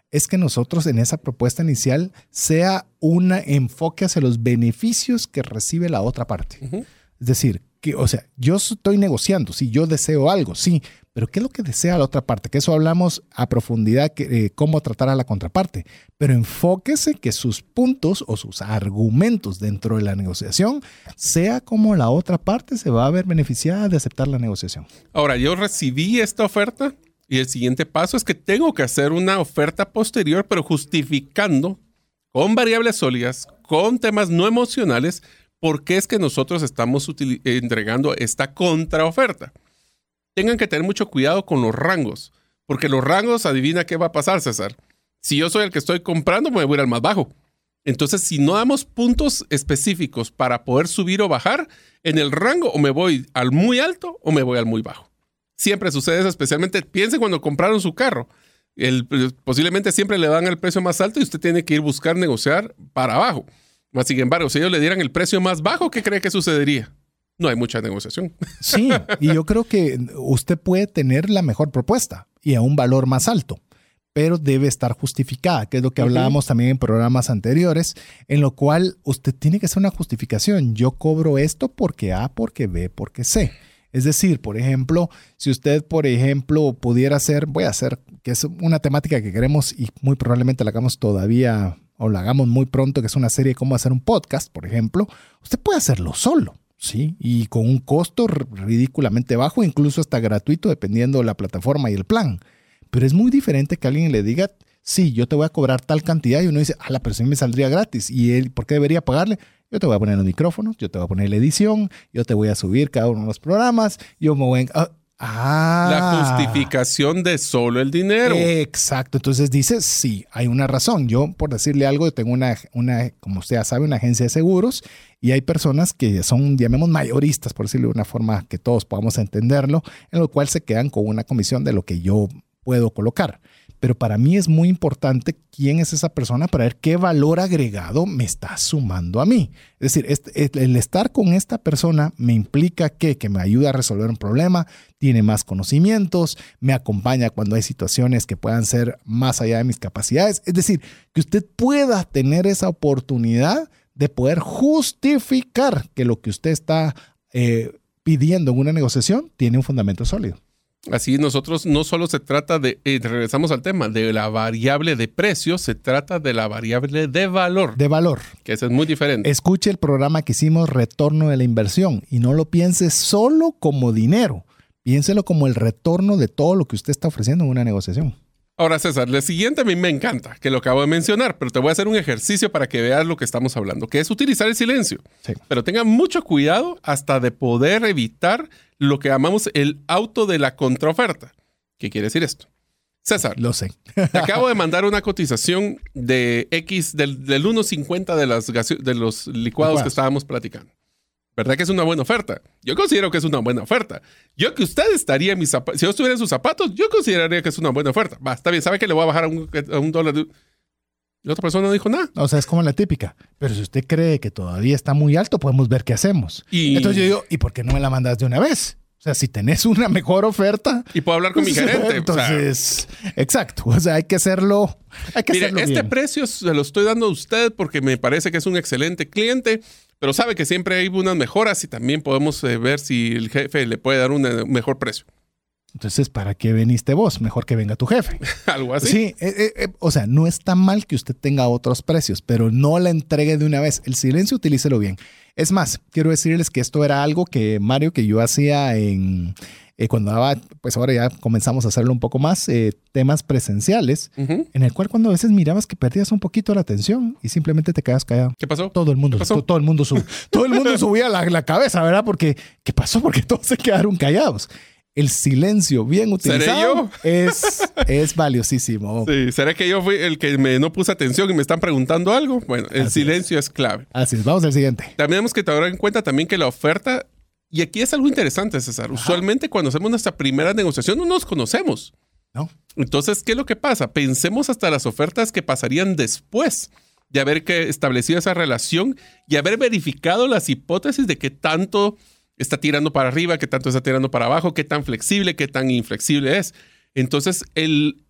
es que nosotros en esa propuesta inicial sea un enfoque hacia los beneficios que recibe la otra parte. Ujú. Es decir, que, o sea, yo estoy negociando, sí, yo deseo algo, sí, pero ¿qué es lo que desea la otra parte? Que eso hablamos a profundidad, cómo tratar a la contraparte. Pero enfóquese que sus puntos o sus argumentos dentro de la negociación sea como la otra parte se va a ver beneficiada de aceptar la negociación. Ahora, yo recibí esta oferta y el siguiente paso es que tengo que hacer una oferta posterior, pero justificando con variables sólidas, con temas no emocionales, por qué es que nosotros estamos entregando esta contraoferta. Tengan que tener mucho cuidado con los rangos, porque los rangos, adivina qué va a pasar, César. Si yo soy el que estoy comprando, me voy a ir al más bajo. Entonces, si no damos puntos específicos para poder subir o bajar en el rango, o me voy al muy alto o me voy al muy bajo. Siempre sucede eso, especialmente piensen cuando compraron su carro. Posiblemente siempre le dan el precio más alto y usted tiene que ir a buscar negociar para abajo. Mas, sin embargo, si ellos le dieran el precio más bajo, ¿qué cree que sucedería? No hay mucha negociación. Sí, y yo creo que usted puede tener la mejor propuesta y a un valor más alto, pero debe estar justificada, que es lo que hablábamos también en programas anteriores, en lo cual usted tiene que hacer una justificación. Yo cobro esto porque A, porque B, porque C. Es decir, por ejemplo, si usted, por ejemplo, pudiera hacer, voy a hacer, que es una temática que queremos y muy probablemente la hagamos todavía o la hagamos muy pronto, que es una serie de cómo hacer un podcast, por ejemplo, usted puede hacerlo solo, ¿sí? Y con un costo ridículamente bajo, incluso hasta gratuito, dependiendo de la plataforma y el plan. Pero es muy diferente que alguien le diga, sí, yo te voy a cobrar tal cantidad, y uno dice, pero si me saldría gratis. ¿Y él por qué debería pagarle? Yo te voy a poner los micrófonos, yo te voy a poner la edición, yo te voy a subir cada uno de los programas, yo me voy a... La justificación de solo el dinero. Exacto. Entonces dice, sí, hay una razón. Yo, por decirle algo, yo tengo una, como usted ya sabe, una agencia de seguros y hay personas que son, llamemos, mayoristas, por decirlo de una forma que todos podamos entenderlo, en lo cual se quedan con una comisión de lo que yo puedo colocar. Pero para mí es muy importante quién es esa persona para ver qué valor agregado me está sumando a mí. Es decir, el estar con esta persona me implica que me ayuda a resolver un problema, tiene más conocimientos, me acompaña cuando hay situaciones que puedan ser más allá de mis capacidades. Es decir, que usted pueda tener esa oportunidad de poder justificar que lo que usted está pidiendo en una negociación tiene un fundamento sólido. Así nosotros no solo se trata de, regresamos al tema, de la variable de precio, se trata de la variable de valor. De valor. Que eso es muy diferente. Escuche el programa que hicimos, Retorno de la Inversión, y no lo piense solo como dinero. Piénselo como el retorno de todo lo que usted está ofreciendo en una negociación. Ahora, César, lo siguiente a mí me encanta, que lo acabo de mencionar, pero te voy a hacer un ejercicio para que veas lo que estamos hablando, que es utilizar el silencio. Sí. Pero tengan mucho cuidado hasta de poder evitar lo que llamamos el auto de la contraoferta. ¿Qué quiere decir esto? César. Lo sé. Te acabo de mandar una cotización de X, del 1.50 de los licuados que estábamos platicando. ¿Verdad que es una buena oferta? Yo considero que es una buena oferta. Yo que usted estaría en mis zapatos, si yo estuviera en sus zapatos, yo consideraría que es una buena oferta. Va, está bien, sabe que le voy a bajar a un dólar. La otra persona no dijo nada. O sea, es como la típica. Pero si usted cree que todavía está muy alto, podemos ver qué hacemos. Entonces yo digo, ¿y por qué no me la mandas de una vez? O sea, si tenés una mejor oferta. Y puedo hablar con mi gerente. Entonces, exacto. O sea, hay que hacerlo. Mire, este precio se lo estoy dando a usted porque me parece que es un excelente cliente. Pero sabe que siempre hay unas mejoras y también podemos ver si el jefe le puede dar un mejor precio. Entonces, ¿para qué veniste vos? Mejor que venga tu jefe. Algo así. Sí, o sea, no está mal que usted tenga otros precios, pero no la entregue de una vez. El silencio, utilícelo bien. Es más, quiero decirles que esto era algo que, Mario, que yo hacía cuando daba, pues ahora ya comenzamos a hacerlo un poco más, temas presenciales, en el cual cuando a veces mirabas que perdías un poquito la atención y simplemente te quedas callado. ¿Qué pasó? Todo el mundo, todo el mundo subía la cabeza, ¿verdad? Porque, ¿qué pasó? Porque todos se quedaron callados. El silencio bien utilizado es valiosísimo. Sí, ¿será que yo fui el que no puse atención y me están preguntando algo? Bueno, el silencio es clave. Así es, vamos al siguiente. También tenemos que tener en cuenta también que la oferta, y aquí es algo interesante, César. Ajá. Usualmente cuando hacemos nuestra primera negociación no nos conocemos. No. Entonces, ¿qué es lo que pasa? Pensemos hasta las ofertas que pasarían después de haber establecido esa relación y haber verificado las hipótesis de qué tanto está tirando para arriba, qué tanto está tirando para abajo, qué tan flexible, qué tan inflexible es. Entonces,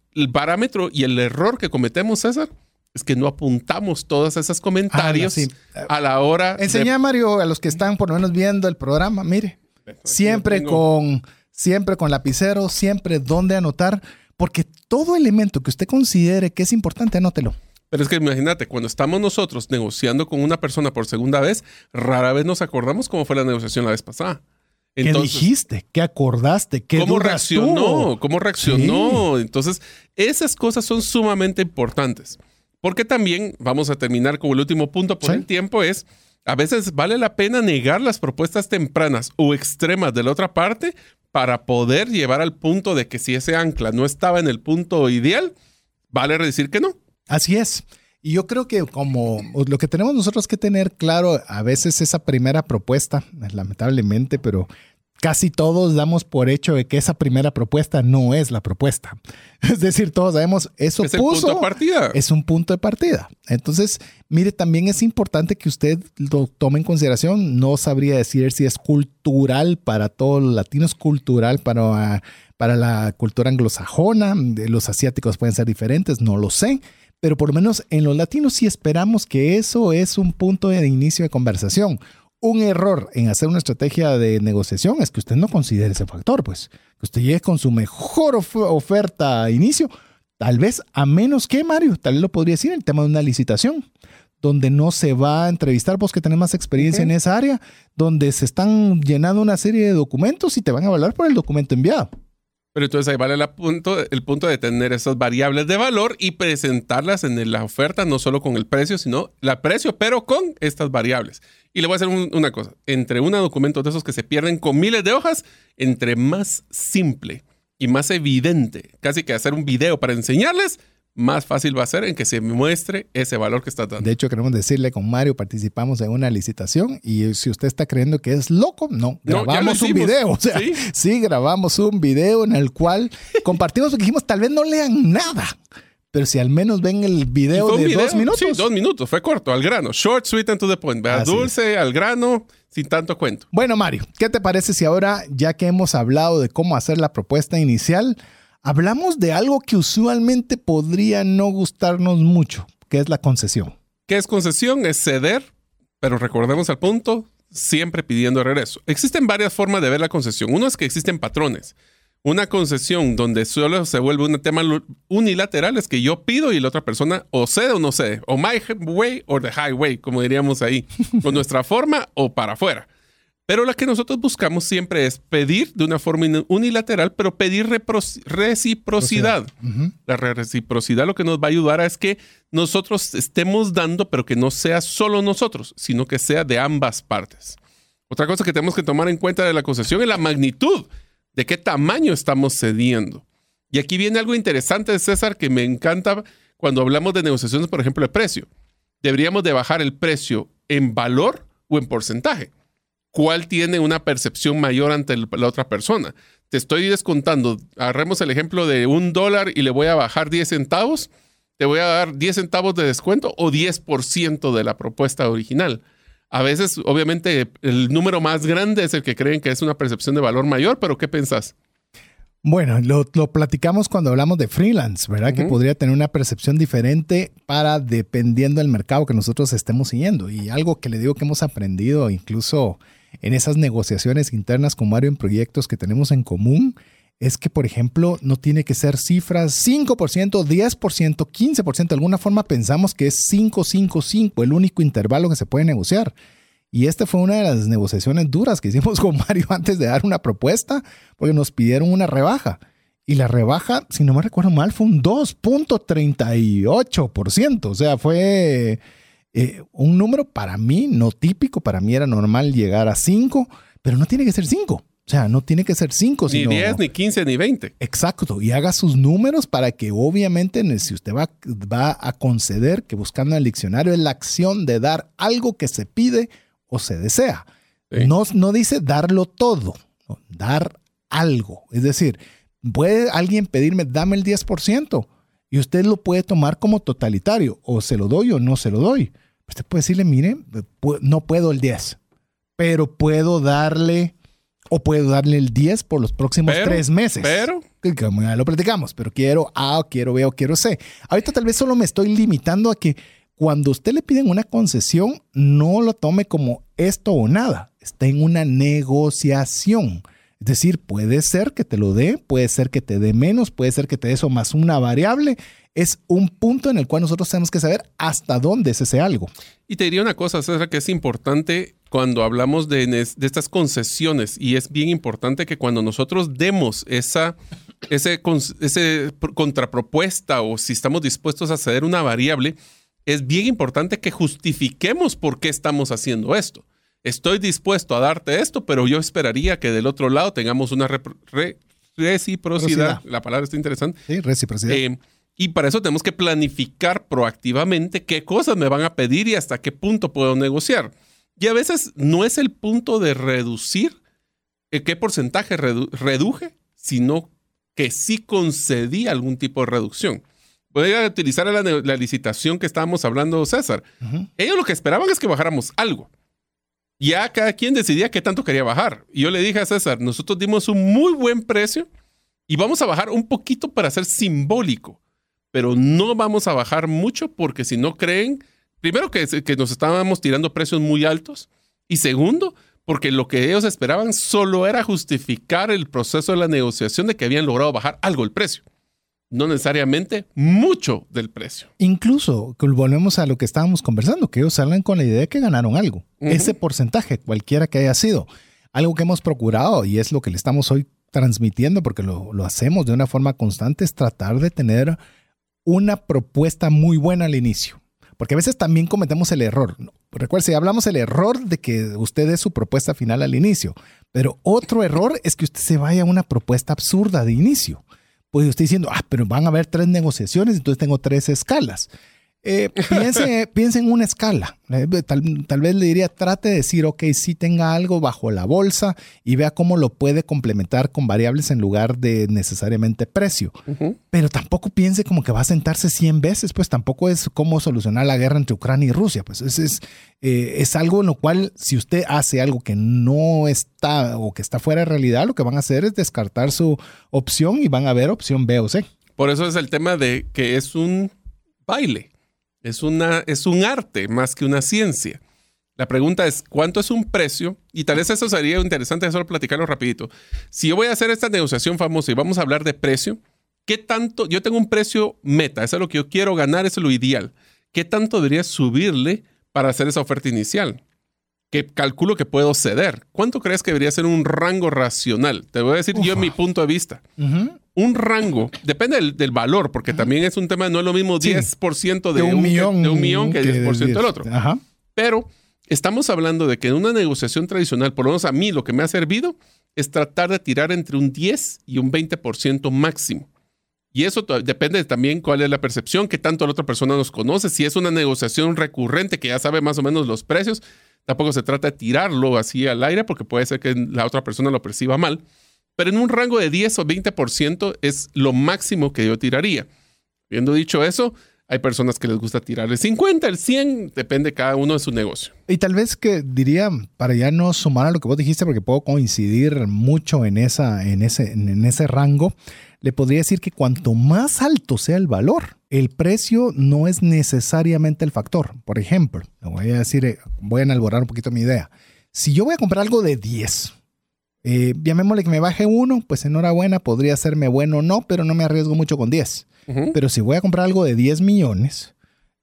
el parámetro y el error que cometemos, César, es que no apuntamos todos esos comentarios a la hora. Enseña, Mario, a los que están por lo menos viendo el programa, mire, siempre con lapicero, siempre dónde anotar, porque todo elemento que usted considere que es importante, anótelo. Pero es que imagínate, cuando estamos nosotros negociando con una persona por segunda vez, rara vez nos acordamos cómo fue la negociación la vez pasada. Entonces, ¿qué dijiste? ¿Qué acordaste? ¿Qué ¿Cómo reaccionó? ¿Cómo reaccionó? Sí. Entonces, esas cosas son sumamente importantes. Porque también, vamos a terminar con el último punto por el tiempo, es a veces vale la pena negar las propuestas tempranas o extremas de la otra parte para poder llevar al punto de que si ese ancla no estaba en el punto ideal, vale decir que no. Así es. Y yo creo que como lo que tenemos nosotros que tener claro, a veces esa primera propuesta, lamentablemente, pero casi todos damos por hecho de que esa primera propuesta no es la propuesta. Es decir, todos sabemos, eso es el punto de partida. Es un punto de partida. Entonces, mire, también es importante que usted lo tome en consideración. No sabría decir si es cultural para todos los latinos, cultural para la cultura anglosajona. Los asiáticos pueden ser diferentes, no lo sé. Pero por lo menos en los latinos sí esperamos que eso es un punto de inicio de conversación. Un error en hacer una estrategia de negociación es que usted no considere ese factor, pues. Que usted llegue con su mejor oferta a inicio, tal vez a menos que, Mario, tal vez lo podría decir, el tema de una licitación, donde no se va a entrevistar, vos que tenés más experiencia en esa área, donde se están llenando una serie de documentos y te van a evaluar por el documento enviado. Pero entonces ahí vale el punto de tener esas variables de valor y presentarlas en la oferta, no solo con el precio, sino el precio, pero con estas variables. Y le voy a hacer una cosa. Entre un documento de esos que se pierden con miles de hojas, entre más simple y más evidente, casi que hacer un video para enseñarles, más fácil va a ser en que se muestre ese valor que está dando. De hecho, queremos decirle, con Mario participamos en una licitación y si usted está creyendo que es loco, no, grabamos un video. O sea, sí, grabamos un video en el cual compartimos porque dijimos, tal vez no lean nada, pero si al menos ven el video de 2 minutos. Sí, 2 minutos, fue corto, al grano. Short, sweet and to the point. Dulce, al grano, sin tanto cuento. Bueno, Mario, ¿qué te parece si ahora, ya que hemos hablado de cómo hacer la propuesta inicial, hablamos de algo que usualmente podría no gustarnos mucho, que es la concesión? ¿Qué es concesión? Es ceder, pero recordemos al punto, siempre pidiendo regreso. Existen varias formas de ver la concesión. Uno es que existen patrones. Una concesión donde solo se vuelve un tema unilateral es que yo pido y la otra persona o cede o no cede. O my way or the highway, como diríamos ahí. Con nuestra forma o para afuera. Pero la que nosotros buscamos siempre es pedir de una forma unilateral, pero pedir reciprocidad. La reciprocidad lo que nos va a ayudar es que nosotros estemos dando, pero que no sea solo nosotros, sino que sea de ambas partes. Otra cosa que tenemos que tomar en cuenta de la concesión es la magnitud, de qué tamaño estamos cediendo. Y aquí viene algo interesante de César que me encanta cuando hablamos de negociaciones, por ejemplo, de precio. Deberíamos de bajar el precio en valor o en porcentaje. ¿Cuál tiene una percepción mayor ante la otra persona? Te estoy descontando. Agarremos el ejemplo de $1 y le voy a bajar 10 centavos. Te voy a dar 10 centavos de descuento o 10% de la propuesta original. A veces, obviamente, el número más grande es el que creen que es una percepción de valor mayor, pero ¿qué pensás? Bueno, lo platicamos cuando hablamos de freelance, ¿verdad? Que podría tener una percepción diferente dependiendo del mercado que nosotros estemos siguiendo. Y algo que le digo que hemos aprendido incluso en esas negociaciones internas con Mario en proyectos que tenemos en común, es que, por ejemplo, no tiene que ser cifras 5%, 10%, 15%. De alguna forma pensamos que es 5, 5, 5, el único intervalo que se puede negociar. Y esta fue una de las negociaciones duras que hicimos con Mario antes de dar una propuesta, porque nos pidieron una rebaja. Y la rebaja, si no me recuerdo mal, fue un 2.38%. O sea, fue un número para mí no típico. Para mí era normal llegar a 5, pero no tiene que ser 5. O sea, no tiene que ser 5. Ni 10, ni 15, ni 20. Exacto. Y haga sus números para que obviamente si usted va a conceder, que buscando en el diccionario es la acción de dar algo que se pide o se desea. Sí. No dice darlo todo, no, dar algo. Es decir, puede alguien pedirme, dame el 10%, y usted lo puede tomar como totalitario, o se lo doy o no se lo doy. Usted puede decirle, mire, no puedo el 10, pero puedo darle O puedo darle el 10 por los próximos 3 meses. Pero, como ya lo platicamos, pero quiero A, o quiero B, o quiero C. Ahorita tal vez solo me estoy limitando a que cuando usted le piden una concesión, no lo tome como esto o nada. Está en una negociación. Es decir, puede ser que te lo dé, puede ser que te dé menos, puede ser que te dé eso más una variable. Es un punto en el cual nosotros tenemos que saber hasta dónde es ese algo. Y te diría una cosa, César, que es importante cuando hablamos de estas concesiones, y es bien importante que cuando nosotros demos ese contrapropuesta o si estamos dispuestos a ceder una variable, es bien importante que justifiquemos por qué estamos haciendo esto. Estoy dispuesto a darte esto, pero yo esperaría que del otro lado tengamos una reciprocidad. La palabra está interesante. Sí, reciprocidad. Y para eso tenemos que planificar proactivamente qué cosas me van a pedir y hasta qué punto puedo negociar. Y a veces no es el punto de reducir qué porcentaje reduje, sino que sí concedí algún tipo de reducción. Voy a utilizar la licitación que estábamos hablando, César. Uh-huh. Ellos lo que esperaban es que bajáramos algo. Ya cada quien decidía qué tanto quería bajar. Y yo le dije a César, nosotros dimos un muy buen precio y vamos a bajar un poquito para ser simbólico. Pero no vamos a bajar mucho porque si no creen, primero que nos estábamos tirando precios muy altos y segundo, porque lo que ellos esperaban solo era justificar el proceso de la negociación de que habían logrado bajar algo el precio. No necesariamente mucho del precio. Incluso, volvemos a lo que estábamos conversando, que ellos salen con la idea de que ganaron algo. Uh-huh. Ese porcentaje, cualquiera que haya sido. Algo que hemos procurado y es lo que le estamos hoy transmitiendo porque lo hacemos de una forma constante es tratar de tener una propuesta muy buena al inicio. Porque a veces también cometemos el error. Recuerde, si hablamos el error de que usted dé su propuesta final al inicio. Pero otro error es que usted se vaya a una propuesta absurda de inicio. Pues usted diciendo, pero van a haber 3 negociaciones, entonces tengo 3 escalas. Piense en una escala. Tal vez le diría, trate de decir, ok, sí tenga algo bajo la bolsa y vea cómo lo puede complementar con variables en lugar de necesariamente precio. Uh-huh. Pero tampoco piense como que va a sentarse 100 veces, pues tampoco es cómo solucionar la guerra entre Ucrania y Rusia. Pues es algo en lo cual si usted hace algo que no está o que está fuera de realidad, lo que van a hacer es descartar su opción y van a ver opción B o C. Por eso es el tema de que es un baile. Es un arte más que una ciencia. La pregunta es, ¿cuánto es un precio? Y tal vez eso sería interesante solo platicarlo rapidito. Si yo voy a hacer esta negociación famosa y vamos a hablar de precio, ¿qué tanto? Yo tengo un precio meta, eso es lo que yo quiero ganar, eso es lo ideal. ¿Qué tanto debería subirle para hacer esa oferta inicial? ¿Qué calculo que puedo ceder? ¿Cuánto crees que debería ser un rango racional? Te voy a decir yo en mi punto de vista. Uh-huh. Un rango, depende del valor, porque también es un tema, no es lo mismo 10% de un millón que 10% del otro. Ajá. Pero estamos hablando de que en una negociación tradicional, por lo menos a mí lo que me ha servido es tratar de tirar entre un 10 y un 20% máximo. Y eso depende también cuál es la percepción, qué tanto la otra persona nos conoce. Si es una negociación recurrente que ya sabe más o menos los precios, tampoco se trata de tirarlo así al aire porque puede ser que la otra persona lo perciba mal. Pero en un rango de 10 o 20% es lo máximo que yo tiraría. Habiendo dicho eso, hay personas que les gusta tirar el 50, el 100, depende cada uno de su negocio. Y tal vez que diría, para ya no sumar a lo que vos dijiste, porque puedo coincidir mucho en ese rango, le podría decir que cuanto más alto sea el valor, el precio no es necesariamente el factor. Por ejemplo, voy a elaborar un poquito mi idea. Si yo voy a comprar algo de 10, llamémosle que me baje 1, pues enhorabuena, podría serme bueno o no, pero no me arriesgo mucho con 10. Uh-huh. Pero si voy a comprar algo de 10 millones,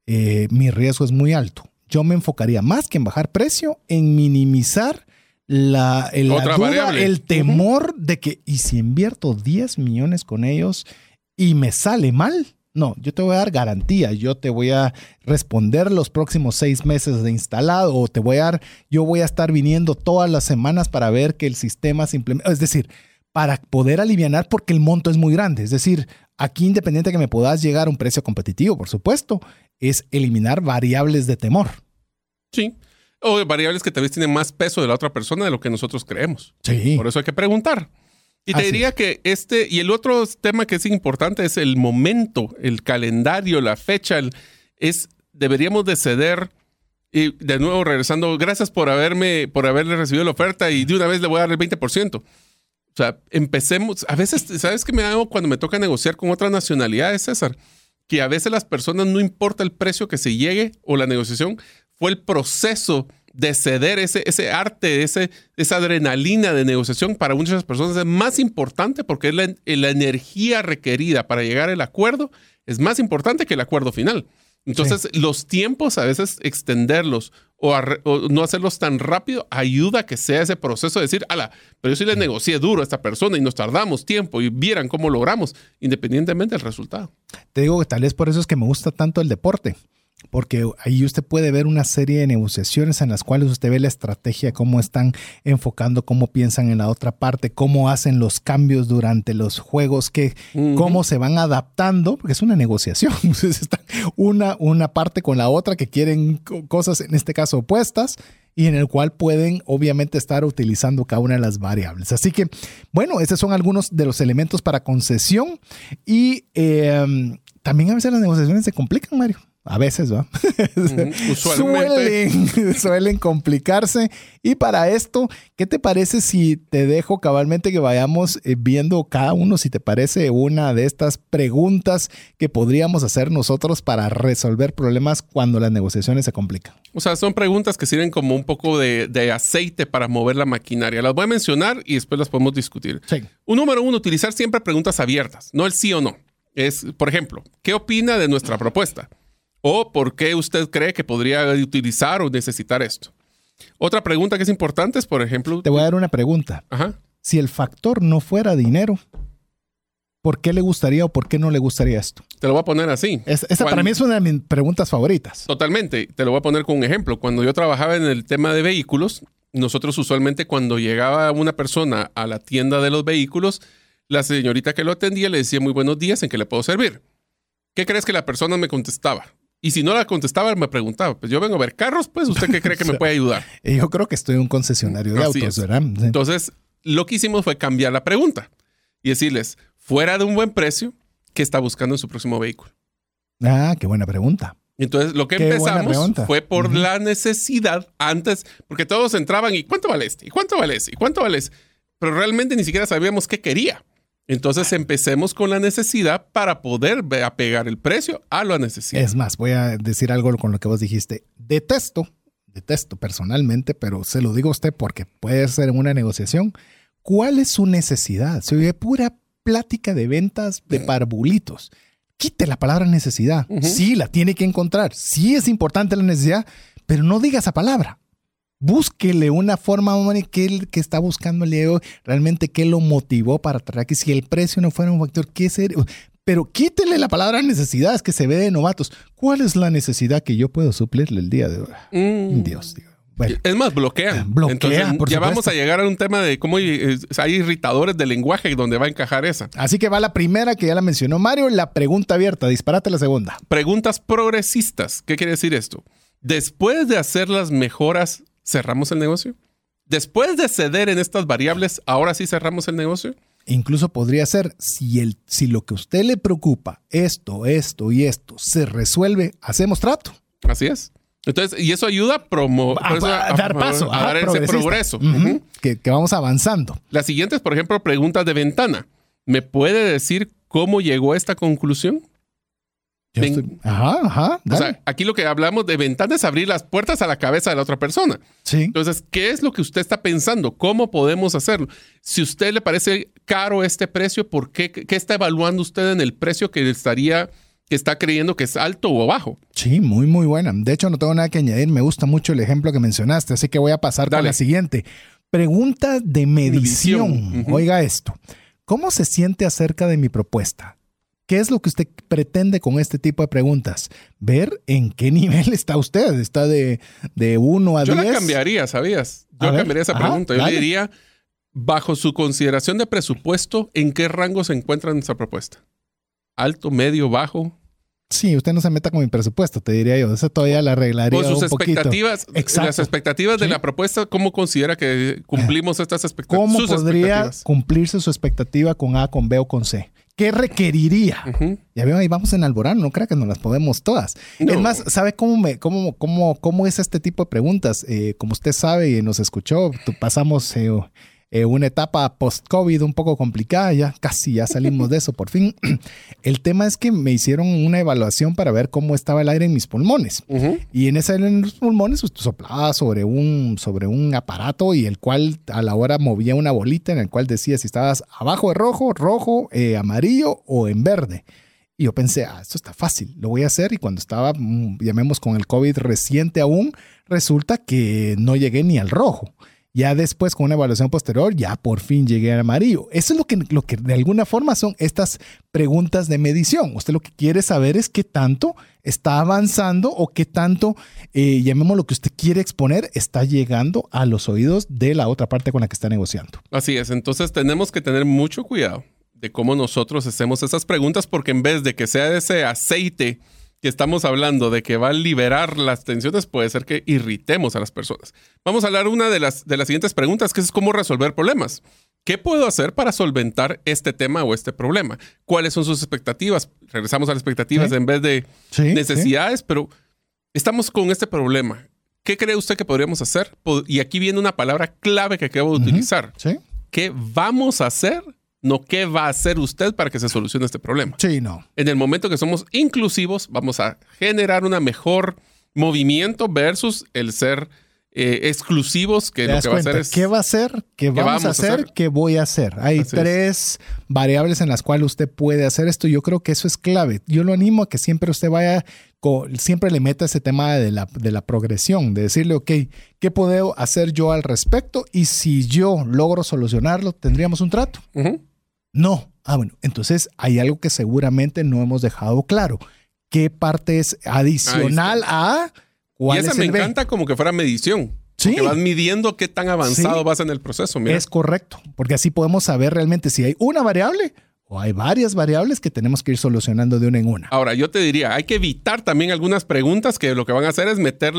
mi riesgo es muy alto. Yo me enfocaría más que en bajar precio, en minimizar la duda, variable. El temor de que, ¿y si invierto 10 millones con ellos y me sale mal? No, yo te voy a dar garantía, yo te voy a responder los próximos 6 meses de instalado o yo voy a estar viniendo todas las semanas para ver que el sistema se implementa. Es decir, para poder alivianar porque el monto es muy grande. Es decir, aquí independiente de que me puedas llegar a un precio competitivo, por supuesto, es eliminar variables de temor. Sí. O variables que tal vez tienen más peso de la otra persona de lo que nosotros creemos. Sí. Por eso hay que preguntar. Y te diría que y el otro tema que es importante es el momento, el calendario, la fecha. Deberíamos de ceder Y de nuevo, regresando, gracias por haberle recibido la oferta y de una vez le voy a dar el 20%. O sea, empecemos. A veces, ¿sabes qué me hago cuando me toca negociar con otras nacionalidades, César? Que a veces las personas no importa el precio que se llegue o la negociación, fue el proceso de ceder ese arte, esa adrenalina de negociación para muchas personas es más importante porque es la energía requerida para llegar al acuerdo es más importante que el acuerdo final. Entonces, los tiempos a veces extenderlos o no hacerlos tan rápido ayuda a que sea ese proceso de decir, pero yo sí le negocié duro a esta persona y nos tardamos tiempo y vieran cómo logramos, independientemente del resultado. Te digo que tal vez por eso es que me gusta tanto el deporte. Porque ahí usted puede ver una serie de negociaciones en las cuales usted ve la estrategia, cómo están enfocando, cómo piensan en la otra parte, cómo hacen los cambios durante los juegos, cómo se van adaptando, porque es una negociación. Entonces está una parte con la otra que quieren cosas, en este caso opuestas, y en el cual pueden obviamente estar utilizando cada una de las variables. Así que, bueno, estos son algunos de los elementos para concesión y también a veces las negociaciones se complican, Mario. A veces, ¿va? Usualmente. Suelen complicarse. Y para esto, ¿qué te parece si te dejo cabalmente que vayamos viendo cada uno, si te parece, una de estas preguntas que podríamos hacer nosotros para resolver problemas cuando las negociaciones se complican? O sea, son preguntas que sirven como un poco de aceite para mover la maquinaria. Las voy a mencionar y después las podemos discutir. Sí. Número 1, utilizar siempre preguntas abiertas, no el sí o no. Es, por ejemplo, ¿qué opina de nuestra propuesta? ¿O por qué usted cree que podría utilizar o necesitar esto? Otra pregunta que es importante es, por ejemplo... Te voy a dar una pregunta. Ajá. Si el factor no fuera dinero, ¿por qué le gustaría o por qué no le gustaría esto? Te lo voy a poner así. Para mí es una de mis preguntas favoritas. Totalmente. Te lo voy a poner con un ejemplo. Cuando yo trabajaba en el tema de vehículos, nosotros usualmente cuando llegaba una persona a la tienda de los vehículos, la señorita que lo atendía le decía muy buenos días, ¿en qué le puedo servir? ¿Qué crees que la persona me contestaba? Y si no la contestaba, me preguntaba, pues yo vengo a ver carros, pues ¿usted qué cree que me puede ayudar? Yo creo que estoy en un concesionario de autos, ¿verdad? Sí. Entonces, lo que hicimos fue cambiar la pregunta y decirles, fuera de un buen precio, ¿qué está buscando en su próximo vehículo? Ah, qué buena pregunta. Entonces, lo que empezamos fue por la necesidad antes, porque todos entraban y ¿cuánto vale este? ¿Y cuánto vale ese? ¿Y cuánto vale ese? Pero realmente ni siquiera sabíamos qué quería. Entonces empecemos con la necesidad para poder apegar el precio a la necesidad. Es más, voy a decir algo con lo que vos dijiste. Detesto personalmente, pero se lo digo a usted porque puede ser en una negociación. ¿Cuál es su necesidad? Se oye pura plática de ventas de parvulitos. Quite la palabra necesidad. Sí, la tiene que encontrar. Sí es importante la necesidad, pero no diga esa palabra. Búsquele una forma, que está buscando el Diego, realmente qué lo motivó para traer aquí. Si el precio no fuera un factor, ¿qué sería? Pero quítele la palabra necesidad, es que se ve de novatos. ¿Cuál es la necesidad que yo puedo suplirle el día de hoy? Dios, digo. Bueno, es más, bloquea. Entonces, ya supuesto. Vamos a llegar a un tema de cómo hay irritadores del lenguaje donde va a encajar esa. Así que va la primera que ya la mencionó Mario, la pregunta abierta. Disparate la segunda. Preguntas progresistas. ¿Qué quiere decir esto? Después de hacer las mejoras, ¿cerramos el negocio? Después de ceder en estas variables, ¿ahora sí cerramos el negocio? Incluso podría ser, si lo que a usted le preocupa, esto y esto, se resuelve, hacemos trato. Así es. Entonces, y eso ayuda a dar paso, a dar ese progreso. Que vamos avanzando. La siguiente es, por ejemplo, preguntas de ventana. ¿Me puede decir cómo llegó a esta conclusión? Dale. O sea, aquí lo que hablamos de ventana es abrir las puertas a la cabeza de la otra persona. Sí. Entonces, ¿qué es lo que usted está pensando? ¿Cómo podemos hacerlo? Si a usted le parece caro este precio, ¿por qué? ¿Qué está evaluando usted en el precio que está creyendo que es alto o bajo? Sí, muy, muy buena. De hecho, no tengo nada que añadir. Me gusta mucho el ejemplo que mencionaste, así que voy a pasar con la siguiente. Pregunta de medición. Oiga esto. ¿Cómo se siente acerca de mi propuesta? ¿Qué es lo que usted pretende con este tipo de preguntas? Ver en qué nivel está usted. ¿Está de 1 a 10? Yo la cambiaría, ¿sabías? Yo cambiaría esa pregunta. Yo le diría, bajo su consideración de presupuesto, ¿en qué rango se encuentra nuestra propuesta? ¿Alto, medio, bajo? Sí, usted no se meta con mi presupuesto, te diría yo. Eso todavía la arreglaría con sus un expectativas, poquito. Las expectativas de la propuesta, ¿cómo considera que cumplimos estas expectativas? ¿Cómo podría cumplirse su expectativa con A, con B o con C? ¿Qué requeriría? Ya veo, ahí vamos en Alborán, no creo que nos las podemos todas. No. Es más, ¿sabe cómo es este tipo de preguntas? Como usted sabe y nos escuchó, pasamos una etapa post-COVID un poco complicada, ya salimos de eso por fin. El tema es que me hicieron una evaluación para ver cómo estaba el aire en mis pulmones. Y en ese aire en los pulmones usted soplaba sobre un aparato y el cual a la hora movía una bolita en el cual decía si estabas abajo de rojo, amarillo o en verde. Y yo pensé, esto está fácil, lo voy a hacer. Y cuando estaba, llamemos con el COVID reciente aún, resulta que no llegué ni al rojo. Ya después, con una evaluación posterior, ya por fin llegué al amarillo. Eso es lo que de alguna forma son estas preguntas de medición. Usted lo que quiere saber es qué tanto está avanzando o qué tanto, llamemos lo que usted quiere exponer, está llegando a los oídos de la otra parte con la que está negociando. Así es. Entonces tenemos que tener mucho cuidado de cómo nosotros hacemos esas preguntas, porque en vez de que sea ese aceite que estamos hablando de que va a liberar las tensiones, puede ser que irritemos a las personas. Vamos a hablar una de las siguientes preguntas, que es cómo resolver problemas. ¿Qué puedo hacer para solventar este tema o este problema? ¿Cuáles son sus expectativas? Regresamos a las expectativas en vez de necesidades, pero estamos con este problema. ¿Qué cree usted que podríamos hacer? Y aquí viene una palabra clave que acabo de utilizar. ¿Qué vamos a hacer? No, ¿qué va a hacer usted para que se solucione este problema? Sí, no. En el momento que somos inclusivos, vamos a generar un mejor movimiento versus el ser exclusivos, que lo que va a hacer es... ¿Qué va a hacer? ¿Qué vamos a hacer? ¿Qué voy a hacer? Hay tres variables en las cuales usted puede hacer esto. Yo creo que eso es clave. Yo lo animo a que siempre usted siempre le meta ese tema de la progresión, de decirle, ok, ¿qué puedo hacer yo al respecto? Y si yo logro solucionarlo, ¿tendríamos un trato? No. Bueno, entonces hay algo que seguramente no hemos dejado claro. ¿Qué parte es adicional a cuál es el B? Y esa me encanta como que fuera medición. Sí. Que vas midiendo qué tan avanzado vas en el proceso. Mira. Es correcto, porque así podemos saber realmente si hay una variable o hay varias variables que tenemos que ir solucionando de una en una. Ahora, yo te diría, hay que evitar también algunas preguntas que lo que van a hacer es meter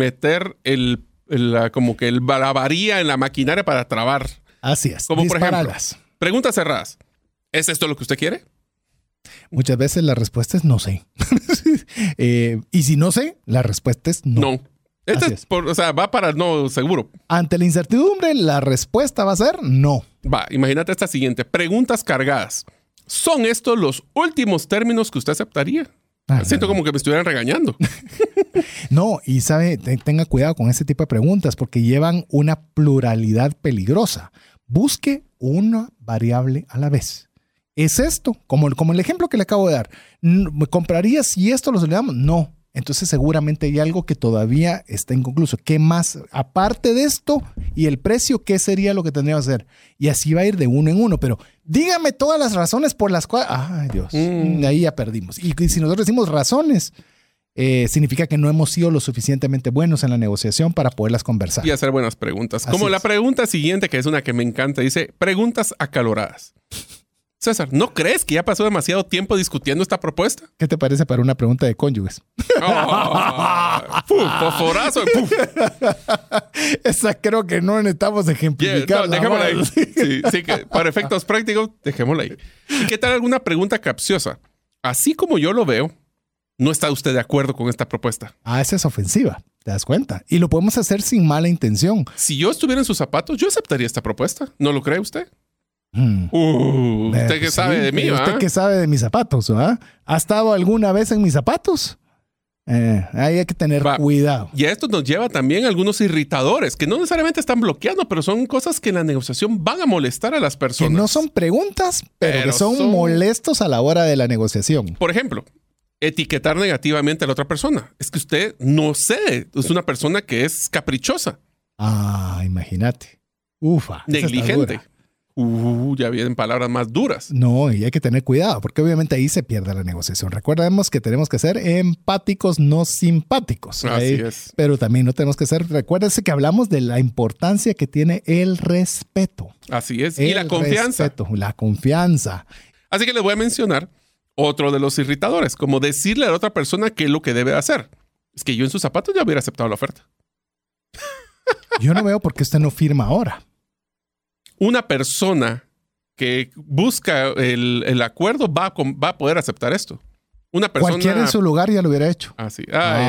la varilla en la maquinaria para trabar. Así es. Como por ejemplo, preguntas cerradas. ¿Es esto lo que usted quiere? Muchas veces la respuesta es no sé. Y si no sé, la respuesta es no. No. Va para no seguro. Ante la incertidumbre, la respuesta va a ser no. Imagínate esta siguiente. Preguntas cargadas. ¿Son estos los últimos términos que usted aceptaría? Siento como que me estuvieran regañando. No, y tenga cuidado con ese tipo de preguntas porque llevan una pluralidad peligrosa. Busque una variable a la vez. ¿Es esto? Como el ejemplo que le acabo de dar. ¿Me compraría si esto lo solucionamos? No. Entonces seguramente hay algo que todavía está inconcluso. ¿Qué más? Aparte de esto y el precio, ¿qué sería lo que tendríamos que hacer? Y así va a ir de uno en uno. Pero dígame todas las razones por las cuales... ¡Ay, Dios! De ahí ya perdimos. Y si nosotros decimos razones, significa que no hemos sido lo suficientemente buenos en la negociación para poderlas conversar. Y hacer buenas preguntas. Como la pregunta siguiente, que es una que me encanta. Dice, preguntas acaloradas. César, ¿no crees que ya pasó demasiado tiempo discutiendo esta propuesta? ¿Qué te parece para una pregunta de cónyuges? Fosforazo. Esa creo que no necesitamos ejemplificar. Dejémosla ahí. Sí, que para efectos prácticos, dejémosla ahí. ¿Y qué tal alguna pregunta capciosa? Así como yo lo veo, ¿no está usted de acuerdo con esta propuesta? Esa es ofensiva. ¿Te das cuenta? Y lo podemos hacer sin mala intención. Si yo estuviera en sus zapatos, yo aceptaría esta propuesta. ¿No lo cree usted? Usted que sabe de mí, Usted que sabe de mis zapatos, ¿verdad? ¿Ha estado alguna vez en mis zapatos? Ahí hay que tener cuidado. Y a esto nos lleva también a algunos irritadores que no necesariamente están bloqueando, pero son cosas que en la negociación van a molestar a las personas. Que no son preguntas, pero que son molestos a la hora de la negociación. Por ejemplo, etiquetar negativamente a la otra persona. Es que usted no cede. Es una persona que es caprichosa. Imagínate. Negligente. Ya vienen palabras más duras. No, y hay que tener cuidado, porque obviamente ahí se pierde la negociación. Recordemos que tenemos que ser empáticos, no simpáticos. Así es. Pero también no tenemos que ser... Recuérdense que hablamos de la importancia que tiene el respeto. Así es. Y la confianza. La confianza. Así que les voy a mencionar otro de los irritadores, como decirle a la otra persona qué es lo que debe hacer. Es que yo en sus zapatos ya hubiera aceptado la oferta. Yo no veo por qué usted no firma ahora. Una persona que busca el acuerdo va a poder aceptar esto. Una persona... Cualquiera en su lugar ya lo hubiera hecho. Ah, sí.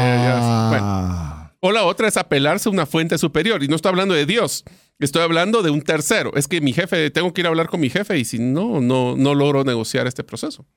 Bueno. O la otra es apelarse a una fuente superior. Y no estoy hablando de Dios. Estoy hablando de un tercero. Es que mi jefe, tengo que ir a hablar con mi jefe y si no logro negociar este proceso.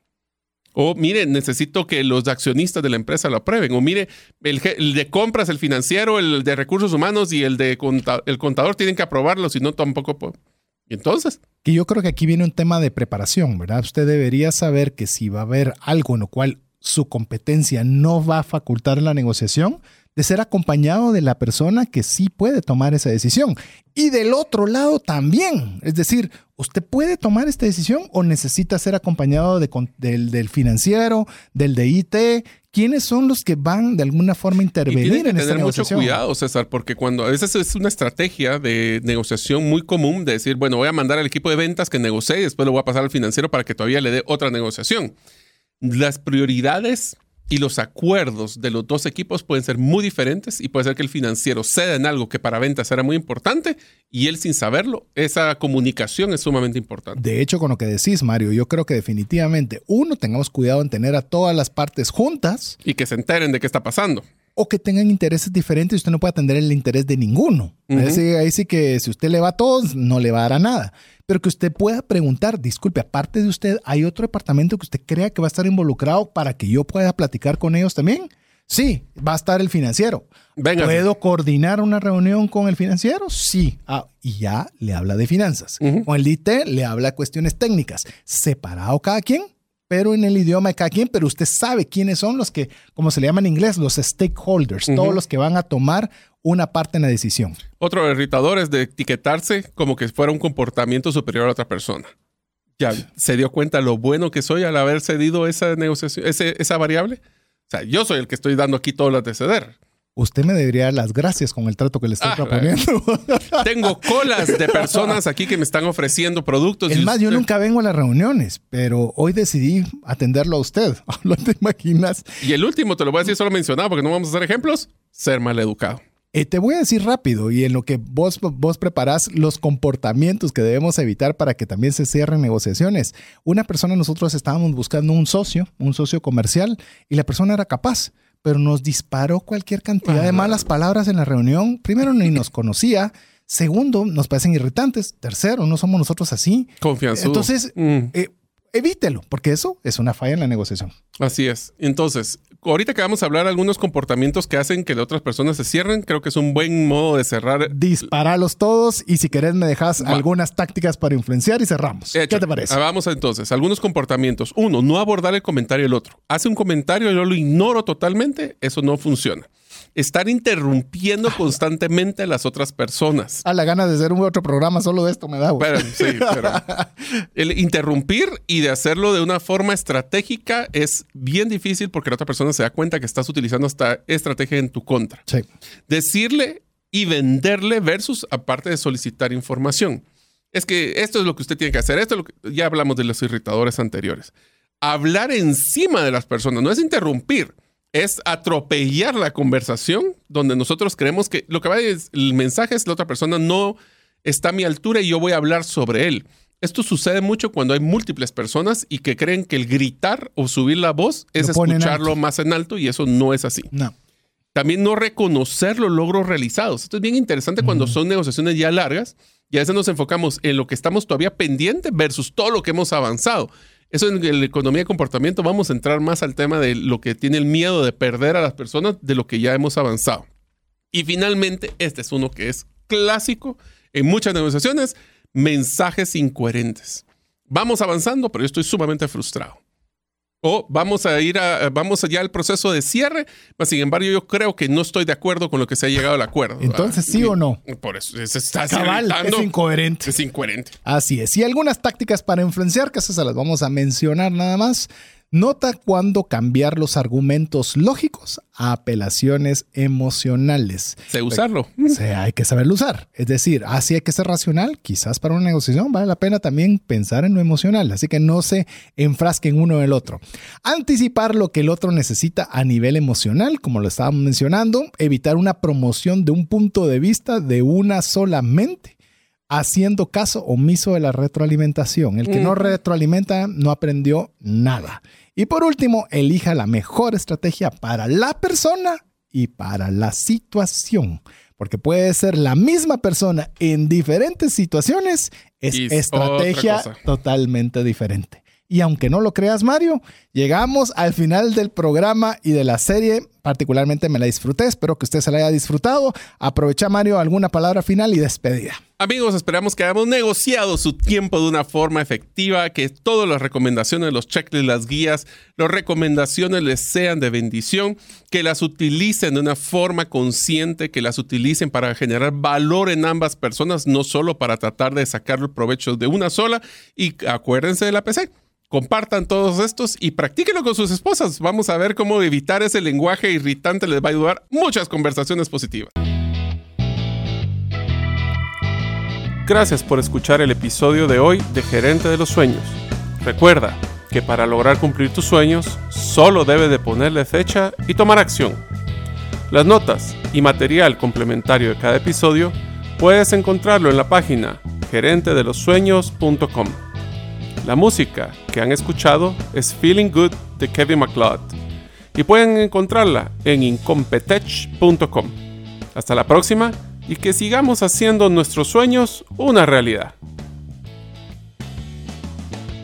O mire, necesito que los accionistas de la empresa lo aprueben. O mire, el de compras, el financiero, el de recursos humanos y el contador tienen que aprobarlo, si no tampoco puedo. ¿Y entonces? Que yo creo que aquí viene un tema de preparación, ¿verdad? Usted debería saber que si va a haber algo en lo cual su competencia no va a facultar la negociación, de ser acompañado de la persona que sí puede tomar esa decisión. Y del otro lado también. Es decir, ¿usted puede tomar esta decisión o necesita ser acompañado del financiero, del de IT? ¿Quiénes son los que van de alguna forma a intervenir en esta negociación? Tienen que tener mucho cuidado, César, porque cuando a veces es una estrategia de negociación muy común de decir, bueno, voy a mandar al equipo de ventas que negocie y después lo voy a pasar al financiero para que todavía le dé otra negociación. Las prioridades y los acuerdos de los dos equipos pueden ser muy diferentes y puede ser que el financiero ceda en algo que para ventas era muy importante y él sin saberlo, esa comunicación es sumamente importante. De hecho, con lo que decís, Mario, yo creo que definitivamente, tengamos cuidado en tener a todas las partes juntas. Y que se enteren de qué está pasando. O que tengan intereses diferentes y usted no puede atender el interés de ninguno. Uh-huh. Ahí sí que si usted le va a todos, no le va a dar a nada. Pero que usted pueda preguntar, disculpe, aparte de usted, ¿hay otro departamento que usted crea que va a estar involucrado para que yo pueda platicar con ellos también? Sí, va a estar el financiero. Venga. ¿Puedo coordinar una reunión con el financiero? Sí. Y ya le habla de finanzas. Uh-huh. Con el IT le habla de cuestiones técnicas. Separado cada quien, pero en el idioma de cada quien, pero usted sabe quiénes son los que, como se le llama en inglés, los stakeholders, uh-huh. Todos los que van a tomar una parte en la decisión. Otro irritador es de etiquetarse como que fuera un comportamiento superior a la otra persona. ¿Ya se dio cuenta lo bueno que soy al haber cedido esa negociación, esa variable? O sea, yo soy el que estoy dando aquí todas las de ceder. Usted me debería dar las gracias con el trato que le estoy proponiendo. Tengo colas de personas aquí que me están ofreciendo productos. Es más, yo nunca vengo a las reuniones, pero hoy decidí atenderlo a usted. ¿No te imaginas? Y el último, te lo voy a decir solo mencionado porque no vamos a hacer ejemplos, ser maleducado. Te voy a decir rápido y en lo que vos preparás los comportamientos que debemos evitar para que también se cierren negociaciones. Una persona, nosotros estábamos buscando un socio comercial y la persona era capaz, pero nos disparó cualquier cantidad de malas palabras en la reunión. Primero, ni nos conocía. Segundo, nos parecen irritantes. Tercero, no somos nosotros así. Confianzudo. Entonces, evítelo, porque eso es una falla en la negociación. Así es. Entonces, ahorita que vamos a hablar de algunos comportamientos que hacen que las otras personas se cierren, creo que es un buen modo de cerrar. Disparalos todos y si querés me dejas algunas tácticas para influenciar y cerramos. ¿Qué te parece? Vamos entonces. Algunos comportamientos. Uno, no abordar el comentario del otro. Hace un comentario y yo lo ignoro totalmente. Eso no funciona. Estar interrumpiendo constantemente a las otras personas. A la gana de hacer un otro programa solo de esto me da. Pero el interrumpir y de hacerlo de una forma estratégica es bien difícil porque la otra persona se da cuenta que estás utilizando esta estrategia en tu contra. Sí. Decirle y venderle versus aparte de solicitar información. Es que esto es lo que usted tiene que hacer. Esto es lo que, ya hablamos de los irritadores anteriores. Hablar encima de las personas no es interrumpir. Es atropellar la conversación donde nosotros creemos que lo que va es el mensaje es la otra persona no está a mi altura y yo voy a hablar sobre él. Esto sucede mucho cuando hay múltiples personas y que creen que el gritar o subir la voz es escucharlo más en alto y eso no es así. No. También no reconocer los logros realizados. Esto es bien interesante cuando son negociaciones ya largas y a veces nos enfocamos en lo que estamos todavía pendiente versus todo lo que hemos avanzado. Eso en la economía de comportamiento vamos a entrar más al tema de lo que tiene el miedo de perder a las personas de lo que ya hemos avanzado. Y finalmente, este es uno que es clásico en muchas negociaciones, mensajes incoherentes. Vamos avanzando, pero yo estoy sumamente frustrado. O vamos allá al proceso de cierre, pero sin embargo yo creo que no estoy de acuerdo con lo que se ha llegado al acuerdo. Entonces, ¿sí o no? Por eso, está cabal, es incoherente. Es incoherente. Así es. Y algunas tácticas para influenciar, que esas se las vamos a mencionar nada más. Nota cuándo cambiar los argumentos lógicos a apelaciones emocionales. Sé usarlo. Hay que saberlo usar. Es decir, así hay que ser racional. Quizás para una negociación vale la pena también pensar en lo emocional. Así que no se enfrasquen uno en el otro. Anticipar lo que el otro necesita a nivel emocional, como lo estábamos mencionando. Evitar una promoción de un punto de vista de una sola mente. haciendo caso omiso de la retroalimentación. El que no retroalimenta no aprendió nada. Y por último, elija la mejor estrategia para la persona y para la situación. Porque puede ser la misma persona en diferentes situaciones, es estrategia totalmente diferente. Y aunque no lo creas, Mario, llegamos al final del programa y de la serie. Particularmente me la disfruté. Espero que usted se la haya disfrutado. Aprovecha, Mario, alguna palabra final y despedida. Amigos, esperamos que hayamos negociado su tiempo de una forma efectiva, que todas las recomendaciones, los checklists, las guías, las recomendaciones les sean de bendición, que las utilicen de una forma consciente, que las utilicen para generar valor en ambas personas, no solo para tratar de sacar el provecho de una sola. Y acuérdense de la PC. Compartan todos estos y practíquenlo con sus esposas. Vamos a ver cómo evitar ese lenguaje irritante. Les va a ayudar muchas conversaciones positivas. Gracias por escuchar el episodio de hoy de Gerente de los Sueños. Recuerda que para lograr cumplir tus sueños, solo debes de ponerle fecha y tomar acción. Las notas y material complementario de cada episodio puedes encontrarlo en la página gerentedelosueños.com. La música que han escuchado es Feeling Good de Kevin MacLeod y pueden encontrarla en incompetech.com. Hasta la próxima y que sigamos haciendo nuestros sueños una realidad.